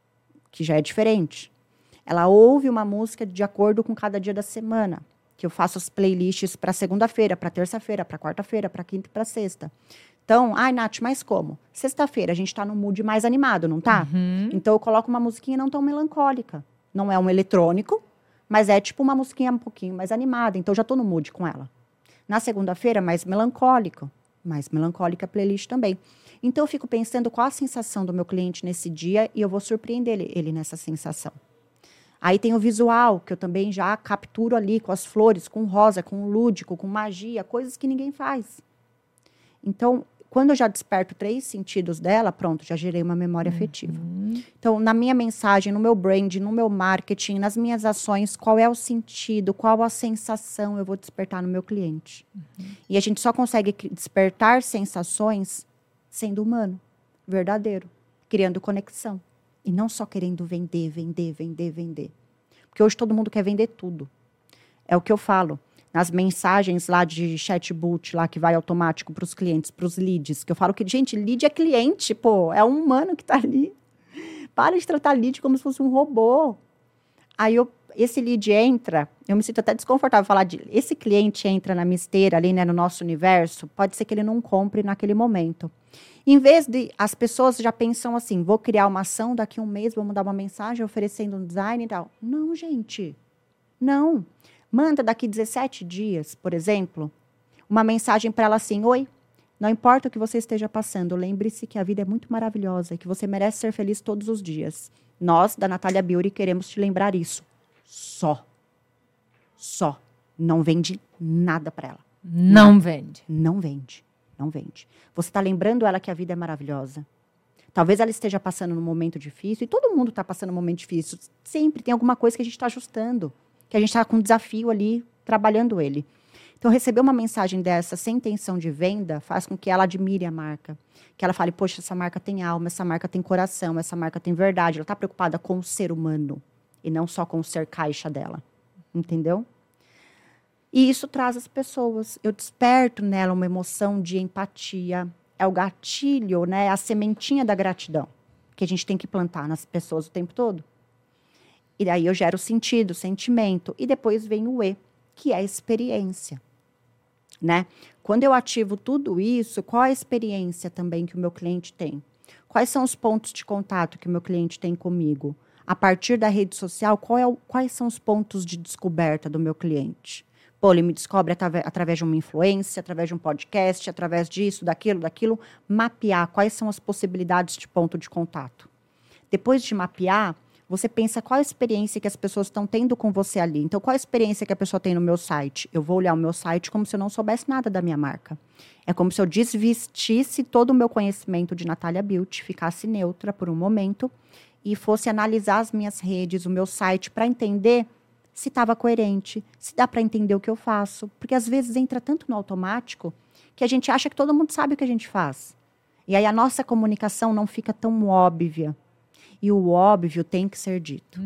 que já é diferente. Ela ouve uma música de acordo com cada dia da semana, que eu faço as playlists para segunda-feira, para terça-feira, para quarta-feira, para quinta e para sexta. Então, ai, Nath, mas como? Sexta-feira a gente tá num mood mais animado, não tá? Então eu coloco uma musiquinha não tão melancólica. Não é um eletrônico, mas é tipo uma musiquinha um pouquinho mais animada. Então eu já tô no mood com ela. Na segunda-feira, mais melancólica a playlist também. Então eu fico pensando qual a sensação do meu cliente nesse dia e eu vou surpreender ele nessa sensação. Aí tem o visual, que eu também já capturo ali com as flores, com rosa, com lúdico, com magia, coisas que ninguém faz. Então, quando eu já desperto 3 sentidos dela, pronto, já gerei uma memória afetiva. Então, na minha mensagem, no meu brand, no meu marketing, nas minhas ações, qual é o sentido, qual a sensação eu vou despertar no meu cliente? E a gente só consegue despertar sensações sendo humano, verdadeiro, criando conexão. E não só querendo vender. Porque hoje todo mundo quer vender tudo. É o que eu falo. Nas mensagens lá de chatbot, lá que vai automático para os clientes, para os leads, que eu falo que, gente, lead é cliente, pô, é um humano que está ali. Para de tratar lead como se fosse um robô. Aí esse lead entra, eu me sinto até desconfortável falar esse cliente entra na minha esteira ali, né, no nosso universo, pode ser que ele não compre naquele momento. Em vez de, as pessoas já pensam assim, vou criar uma ação, daqui a um mês vou mandar uma mensagem oferecendo um design e tal. Não, gente, não. Manda daqui 17 dias, por exemplo, uma mensagem para ela assim, oi, não importa o que você esteja passando, lembre-se que a vida é muito maravilhosa e que você merece ser feliz todos os dias. Nós, da Natália Beauty, queremos te lembrar isso. Só. Não vende nada para ela.
Não vende.
Não vende. Você está lembrando ela que a vida é maravilhosa. Talvez ela esteja passando num momento difícil, e todo mundo está passando num momento difícil. Sempre tem alguma coisa que a gente está ajustando, que a gente está com um desafio ali, trabalhando ele. Então, receber uma mensagem dessa sem intenção de venda faz com que ela admire a marca. Que ela fale, poxa, essa marca tem alma, essa marca tem coração, essa marca tem verdade. Ela está preocupada com o ser humano e não só com o ser caixa dela. Entendeu? E isso traz as pessoas. Eu desperto nela uma emoção de empatia. É o gatilho, né? A sementinha da gratidão que a gente tem que plantar nas pessoas o tempo todo. E daí eu gero sentido, sentimento. E depois vem o E, que é a experiência. Né? Quando eu ativo tudo isso, qual a experiência também que o meu cliente tem? Quais são os pontos de contato que o meu cliente tem comigo? A partir da rede social, quais são os pontos de descoberta do meu cliente? Pô, ele me descobre através de uma influência, através de um podcast, através disso, daquilo. Mapear quais são as possibilidades de ponto de contato. Depois de mapear, você pensa qual a experiência que as pessoas estão tendo com você ali. Então, qual a experiência que a pessoa tem no meu site? Eu vou olhar o meu site como se eu não soubesse nada da minha marca. É como se eu desvestisse todo o meu conhecimento de Natália Beauty, ficasse neutra por um momento e fosse analisar as minhas redes, o meu site, para entender se estava coerente, se dá para entender o que eu faço. Porque, às vezes, entra tanto no automático que a gente acha que todo mundo sabe o que a gente faz. E aí a nossa comunicação não fica tão óbvia. E o óbvio tem que ser dito.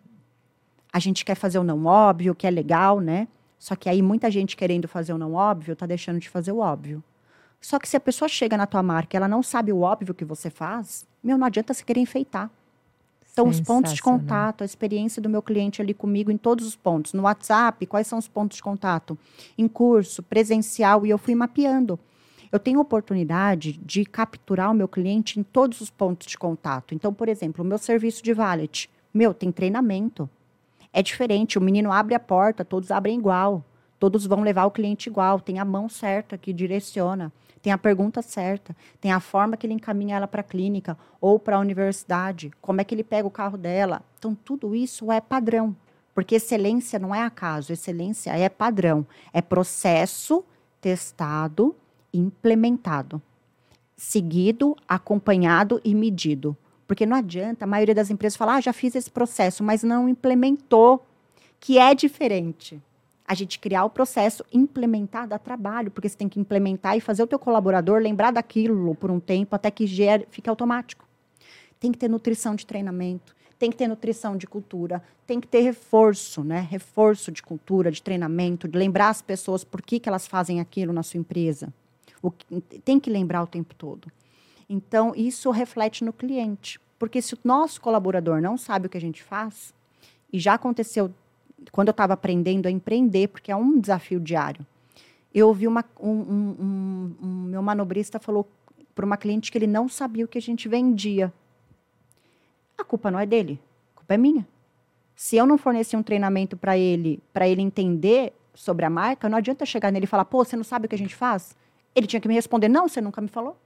A gente quer fazer o não óbvio, que é legal, né? Só que aí muita gente querendo fazer o não óbvio, tá deixando de fazer o óbvio. Só que se a pessoa chega na tua marca e ela não sabe o óbvio que você faz, não adianta você querer enfeitar. Então, os pontos de contato, a experiência do meu cliente ali comigo em todos os pontos. No WhatsApp, quais são os pontos de contato? Em curso, presencial, e eu fui mapeando. Eu tenho oportunidade de capturar o meu cliente em todos os pontos de contato. Então, por exemplo, o meu serviço de valet, tem treinamento. É diferente, o menino abre a porta, todos abrem igual. Todos vão levar o cliente igual. Tem a mão certa que direciona. Tem a pergunta certa. Tem a forma que ele encaminha ela para a clínica ou para a universidade. Como é que ele pega o carro dela. Então, tudo isso é padrão. Porque excelência não é acaso. Excelência é padrão. É processo testado, implementado, seguido, acompanhado e medido. Porque não adianta, a maioria das empresas fala, já fiz esse processo, mas não implementou, que é diferente. A gente criar o processo, implementar, dá trabalho, porque você tem que implementar e fazer o teu colaborador lembrar daquilo por um tempo, até que fique automático. Tem que ter nutrição de treinamento, tem que ter nutrição de cultura, tem que ter reforço, né? Reforço de cultura, de treinamento, de lembrar as pessoas por que elas fazem aquilo na sua empresa. Tem que lembrar o tempo todo. Então, isso reflete no cliente. Porque se o nosso colaborador não sabe o que a gente faz, e já aconteceu quando eu estava aprendendo a empreender, porque é um desafio diário. Eu ouvi meu manobrista falou para uma cliente que ele não sabia o que a gente vendia. A culpa não é dele, a culpa é minha. Se eu não fornecer um treinamento para ele entender sobre a marca, não adianta chegar nele e falar, pô, você não sabe o que a gente faz? Ele tinha que me responder, não, você nunca me falou.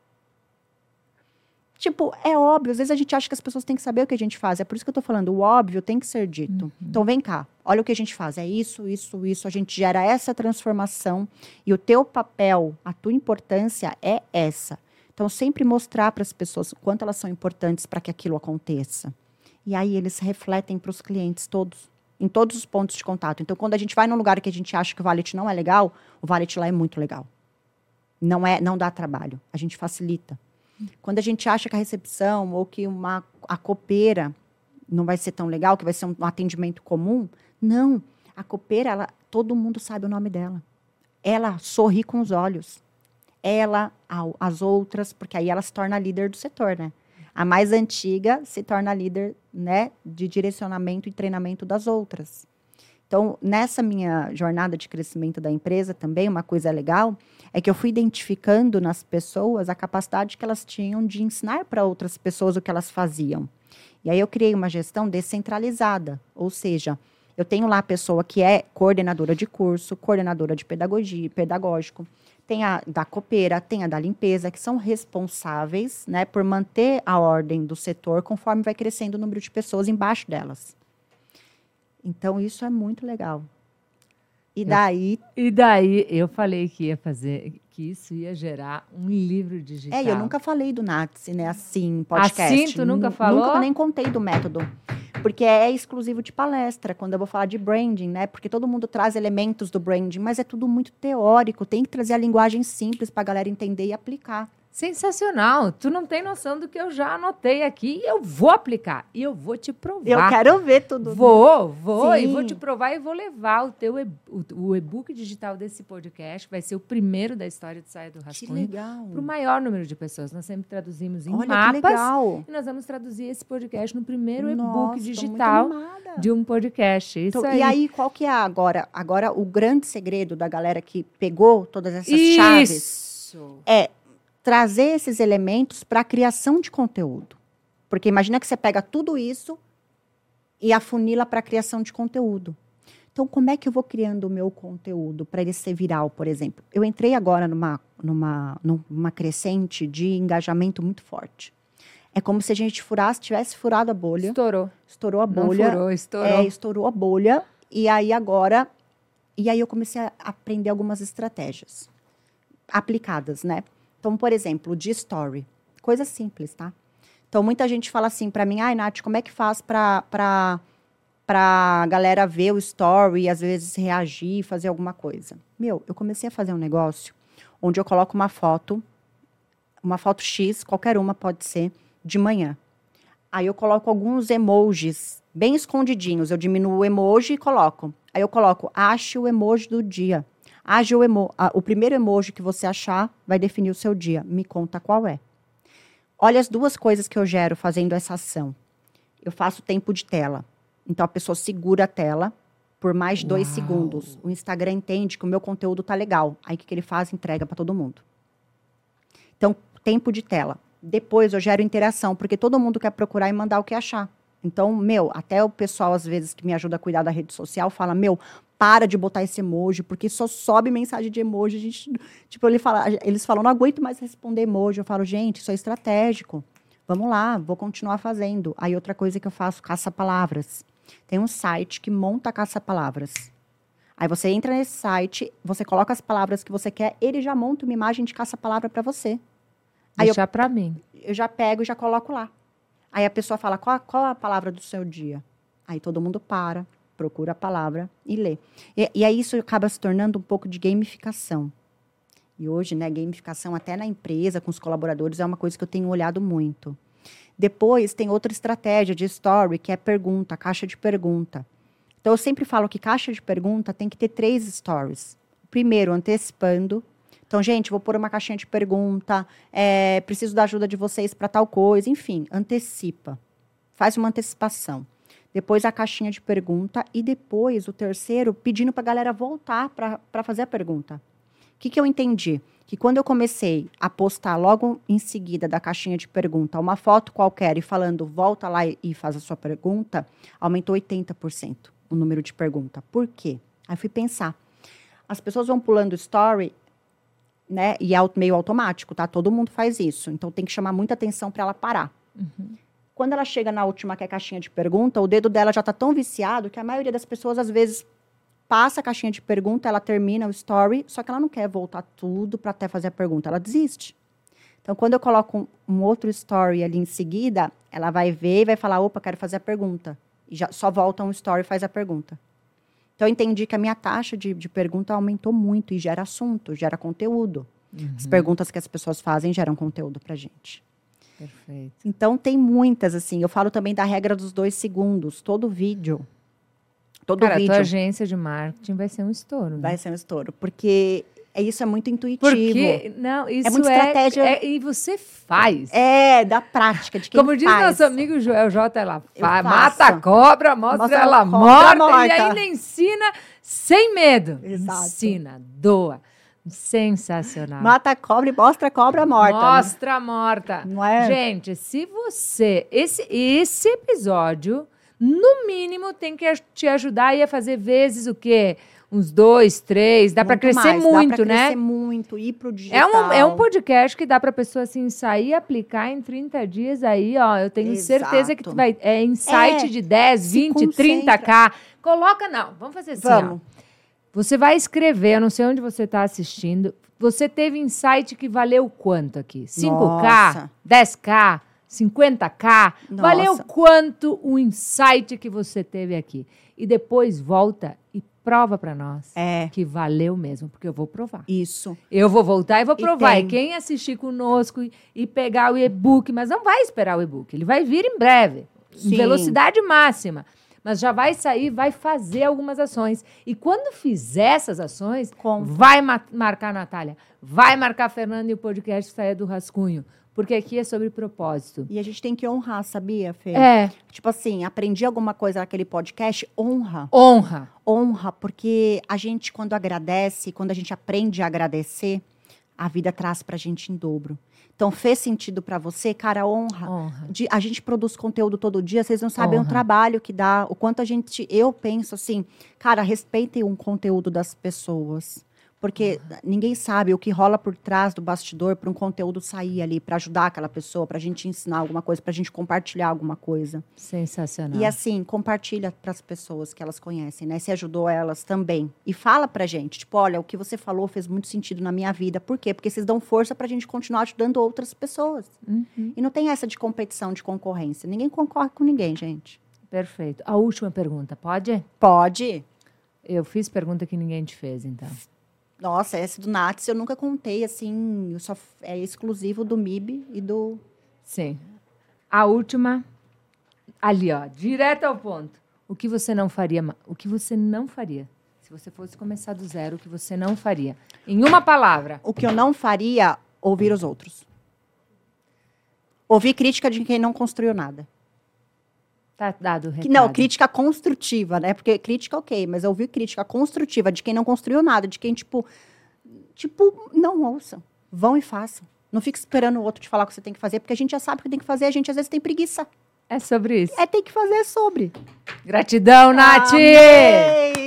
Tipo, é óbvio, às vezes a gente acha que as pessoas têm que saber o que a gente faz. É por isso que eu tô falando, o óbvio tem que ser dito. Uhum. Então, vem cá, olha o que a gente faz. É isso, isso, isso. A gente gera essa transformação e o teu papel, a tua importância é essa. Então, sempre mostrar para as pessoas o quanto elas são importantes para que aquilo aconteça. E aí, eles refletem para os clientes todos, em todos os pontos de contato. Então, quando a gente vai num lugar que a gente acha que o valet não é legal, o valet lá é muito legal. Não dá trabalho, a gente facilita. Quando a gente acha que a recepção ou que a copeira não vai ser tão legal, que vai ser um atendimento comum, não. A copeira, todo mundo sabe o nome dela. Ela sorri com os olhos. Ela, as outras, porque aí ela se torna líder do setor, né? A mais antiga se torna líder, né, de direcionamento e treinamento das outras. Então, nessa minha jornada de crescimento da empresa também, uma coisa legal é que eu fui identificando nas pessoas a capacidade que elas tinham de ensinar para outras pessoas o que elas faziam. E aí eu criei uma gestão descentralizada, ou seja, eu tenho lá a pessoa que é coordenadora de curso, coordenadora de pedagogia, pedagógico, tem a da copeira, tem a da limpeza, que são responsáveis, né, por manter a ordem do setor conforme vai crescendo o número de pessoas embaixo delas. Então, isso é muito legal. E daí
eu falei que isso ia gerar um livro digital.
Eu nunca falei do Natsi, né, assim, podcast.
Assim, tu nunca falou?
Nunca, nem contei do método. Porque é exclusivo de palestra, quando eu vou falar de branding, né? Porque todo mundo traz elementos do branding, mas é tudo muito teórico. Tem que trazer a linguagem simples para a galera entender e aplicar.
Sensacional. Tu não tem noção do que eu já anotei aqui e eu vou aplicar. E eu vou te provar.
Eu quero ver tudo.
Vou.
Sim.
E vou te provar e vou levar o e-book digital desse podcast. Vai ser o primeiro da história do Saia do Rascunho.
Que legal.
Para o maior número de pessoas. Nós sempre traduzimos em mapas.
Que legal.
E nós vamos traduzir esse podcast no primeiro e-book digital de um podcast. Isso aí.
E aí, qual que é agora? Agora, o grande segredo da galera que pegou todas essas chaves é trazer esses elementos para a criação de conteúdo. Porque imagina que você pega tudo isso e afunila para a criação de conteúdo. Então, como é que eu vou criando o meu conteúdo para ele ser viral, por exemplo? Eu entrei agora numa crescente de engajamento muito forte. É como se a gente tivesse furado a bolha. Estourou a bolha.
Não furou, estourou.
Estourou a bolha. E aí eu comecei a aprender algumas estratégias aplicadas, né? Então, por exemplo, de story. Coisa simples, tá? Então, muita gente fala assim para mim, Nath, como é que faz para galera ver o story e, às vezes, reagir, fazer alguma coisa? Eu comecei a fazer um negócio onde eu coloco uma foto X, qualquer uma pode ser, de manhã. Aí eu coloco alguns emojis bem escondidinhos. Eu diminuo o emoji e coloco. Aí eu coloco, ache o emoji do dia. O primeiro emoji que você achar vai definir o seu dia. Me conta qual é. Olha as duas coisas que eu gero fazendo essa ação. Eu faço tempo de tela. Então, a pessoa segura a tela por mais de 2 segundos. O Instagram entende que o meu conteúdo tá legal. Aí, o que ele faz? Entrega para todo mundo. Então, tempo de tela. Depois, eu gero interação, porque todo mundo quer procurar e mandar o que achar. Então, até o pessoal, às vezes, que me ajuda a cuidar da rede social, fala, para de botar esse emoji, porque só sobe mensagem de emoji. A gente, eles falam, não aguento mais responder emoji. Eu falo, gente, isso é estratégico. Vamos lá, vou continuar fazendo. Aí, outra coisa que eu faço, caça-palavras. Tem um site que monta caça-palavras. Aí, você entra nesse site, você coloca as palavras que você quer, ele já monta uma imagem de caça-palavra para você.
Deixar para mim.
Eu já pego e já coloco lá. Aí a pessoa fala, qual a palavra do seu dia? Aí todo mundo procura a palavra e lê. E aí isso acaba se tornando um pouco de gamificação. E hoje, né, gamificação até na empresa, com os colaboradores, é uma coisa que eu tenho olhado muito. Depois, tem outra estratégia de story, que é pergunta, caixa de pergunta. Então, eu sempre falo que caixa de pergunta tem que ter 3 stories. Primeiro, antecipando. Então, gente, vou pôr uma caixinha de pergunta, preciso da ajuda de vocês para tal coisa, enfim, antecipa. Faz uma antecipação. Depois a caixinha de pergunta e depois o terceiro pedindo para a galera voltar para fazer a pergunta. O que eu entendi? Que quando eu comecei a postar logo em seguida da caixinha de pergunta uma foto qualquer e falando volta lá e faz a sua pergunta, aumentou 80% o número de perguntas. Por quê? Aí fui pensar. As pessoas vão pulando story, né? E é meio automático, tá? Todo mundo faz isso. Então tem que chamar muita atenção para ela parar.
Uhum.
Quando ela chega na última, que é a caixinha de pergunta, o dedo dela já está tão viciado que a maioria das pessoas, às vezes, passa a caixinha de pergunta, ela termina o story, só que ela não quer voltar tudo para até fazer a pergunta, ela desiste. Então, quando eu coloco um outro story ali em seguida, ela vai ver e vai falar, opa, quero fazer a pergunta. E já só volta um story e faz a pergunta. Então, eu entendi que a minha taxa de pergunta aumentou muito e gera assunto, gera conteúdo. Uhum. As perguntas que as pessoas fazem geram conteúdo para a gente.
Perfeito.
Então, tem muitas, assim. Eu falo também da regra dos 2 segundos. Todo vídeo.
Cara, a tua agência de marketing vai ser um estouro. Né?
Vai ser um estouro. Porque isso é muito intuitivo.
Porque, não, isso
é muita estratégia.
E você faz.
Da prática, de quem
Como diz nosso amigo Joel J, ela mata a cobra, mostra ela morta. E ainda ensina sem medo.
Exato.
Ensina, doa. Sensacional.
Mata a cobra e mostra a cobra morta.
Mostra morta.
Não é?
Gente, se você... Esse episódio, no mínimo, tem que te ajudar a fazer vezes o quê? Uns 2, 3. Dá para crescer muito,
dá pra
né?
Crescer muito, ir pro digital.
É um podcast que dá pra pessoa assim sair e aplicar em 30 dias aí, ó. Eu tenho certeza que tu vai... É insight de 10, 20, 30K. Coloca, não. Vamos fazer assim,
Vamos.
ó. Você vai escrever, eu não sei onde você está assistindo. Você teve insight que valeu quanto aqui? 5K?
Nossa.
10K? 50K?
Nossa.
Valeu quanto o insight que você teve aqui? E depois volta e prova para nós que valeu mesmo, porque eu vou provar.
Isso.
Eu vou voltar e vou provar. E quem assistir conosco e pegar o e-book, mas não vai esperar o e-book, ele vai vir em breve, em velocidade máxima. Mas já vai sair, vai fazer algumas ações. E quando fizer essas ações, vai marcar a Natália, vai marcar a Fernanda e o podcast Saia do Rascunho. Porque aqui é sobre propósito.
E a gente tem que honrar, sabia, Fê? Tipo assim, aprendi alguma coisa naquele podcast, honra. Honra, porque a gente, quando agradece, quando a gente aprende a agradecer, a vida traz pra gente em dobro. Então, fez sentido para você? Cara, honra. A gente produz conteúdo todo dia, vocês não sabem o trabalho que dá, o quanto eu penso assim, cara, respeitem o conteúdo das pessoas. Porque ninguém sabe o que rola por trás do bastidor para um conteúdo sair ali, para ajudar aquela pessoa, para a gente ensinar alguma coisa, para a gente compartilhar alguma coisa.
Sensacional.
E assim, compartilha para as pessoas que elas conhecem, né? Se ajudou elas também. E fala pra gente, tipo, olha, o que você falou fez muito sentido na minha vida. Por quê? Porque vocês dão força pra gente continuar ajudando outras pessoas. E não tem essa de competição, de concorrência. Ninguém concorre com ninguém, gente.
Perfeito. A última pergunta, pode?
Pode.
Eu fiz pergunta que ninguém te fez, então.
Nossa, esse do Nats eu nunca contei, assim, é exclusivo do MIB e do...
Sim. A última, ali, ó, direto ao ponto. O que você não faria? O que você não faria? Se você fosse começar do zero, o que você não faria? Em uma palavra.
O que eu não faria, ouvir os outros. Ouvir crítica de quem não construiu nada.
Tá dado o recado.
Não, crítica construtiva, né? Porque crítica, ok, mas ouvir crítica construtiva de quem não construiu nada, de quem, tipo, não ouçam. Vão e façam. Não fique esperando o outro te falar o que você tem que fazer, porque a gente já sabe o que tem que fazer, a gente às vezes tem preguiça.
É sobre isso.
Tem que fazer sobre.
Gratidão, Nath!
Amém!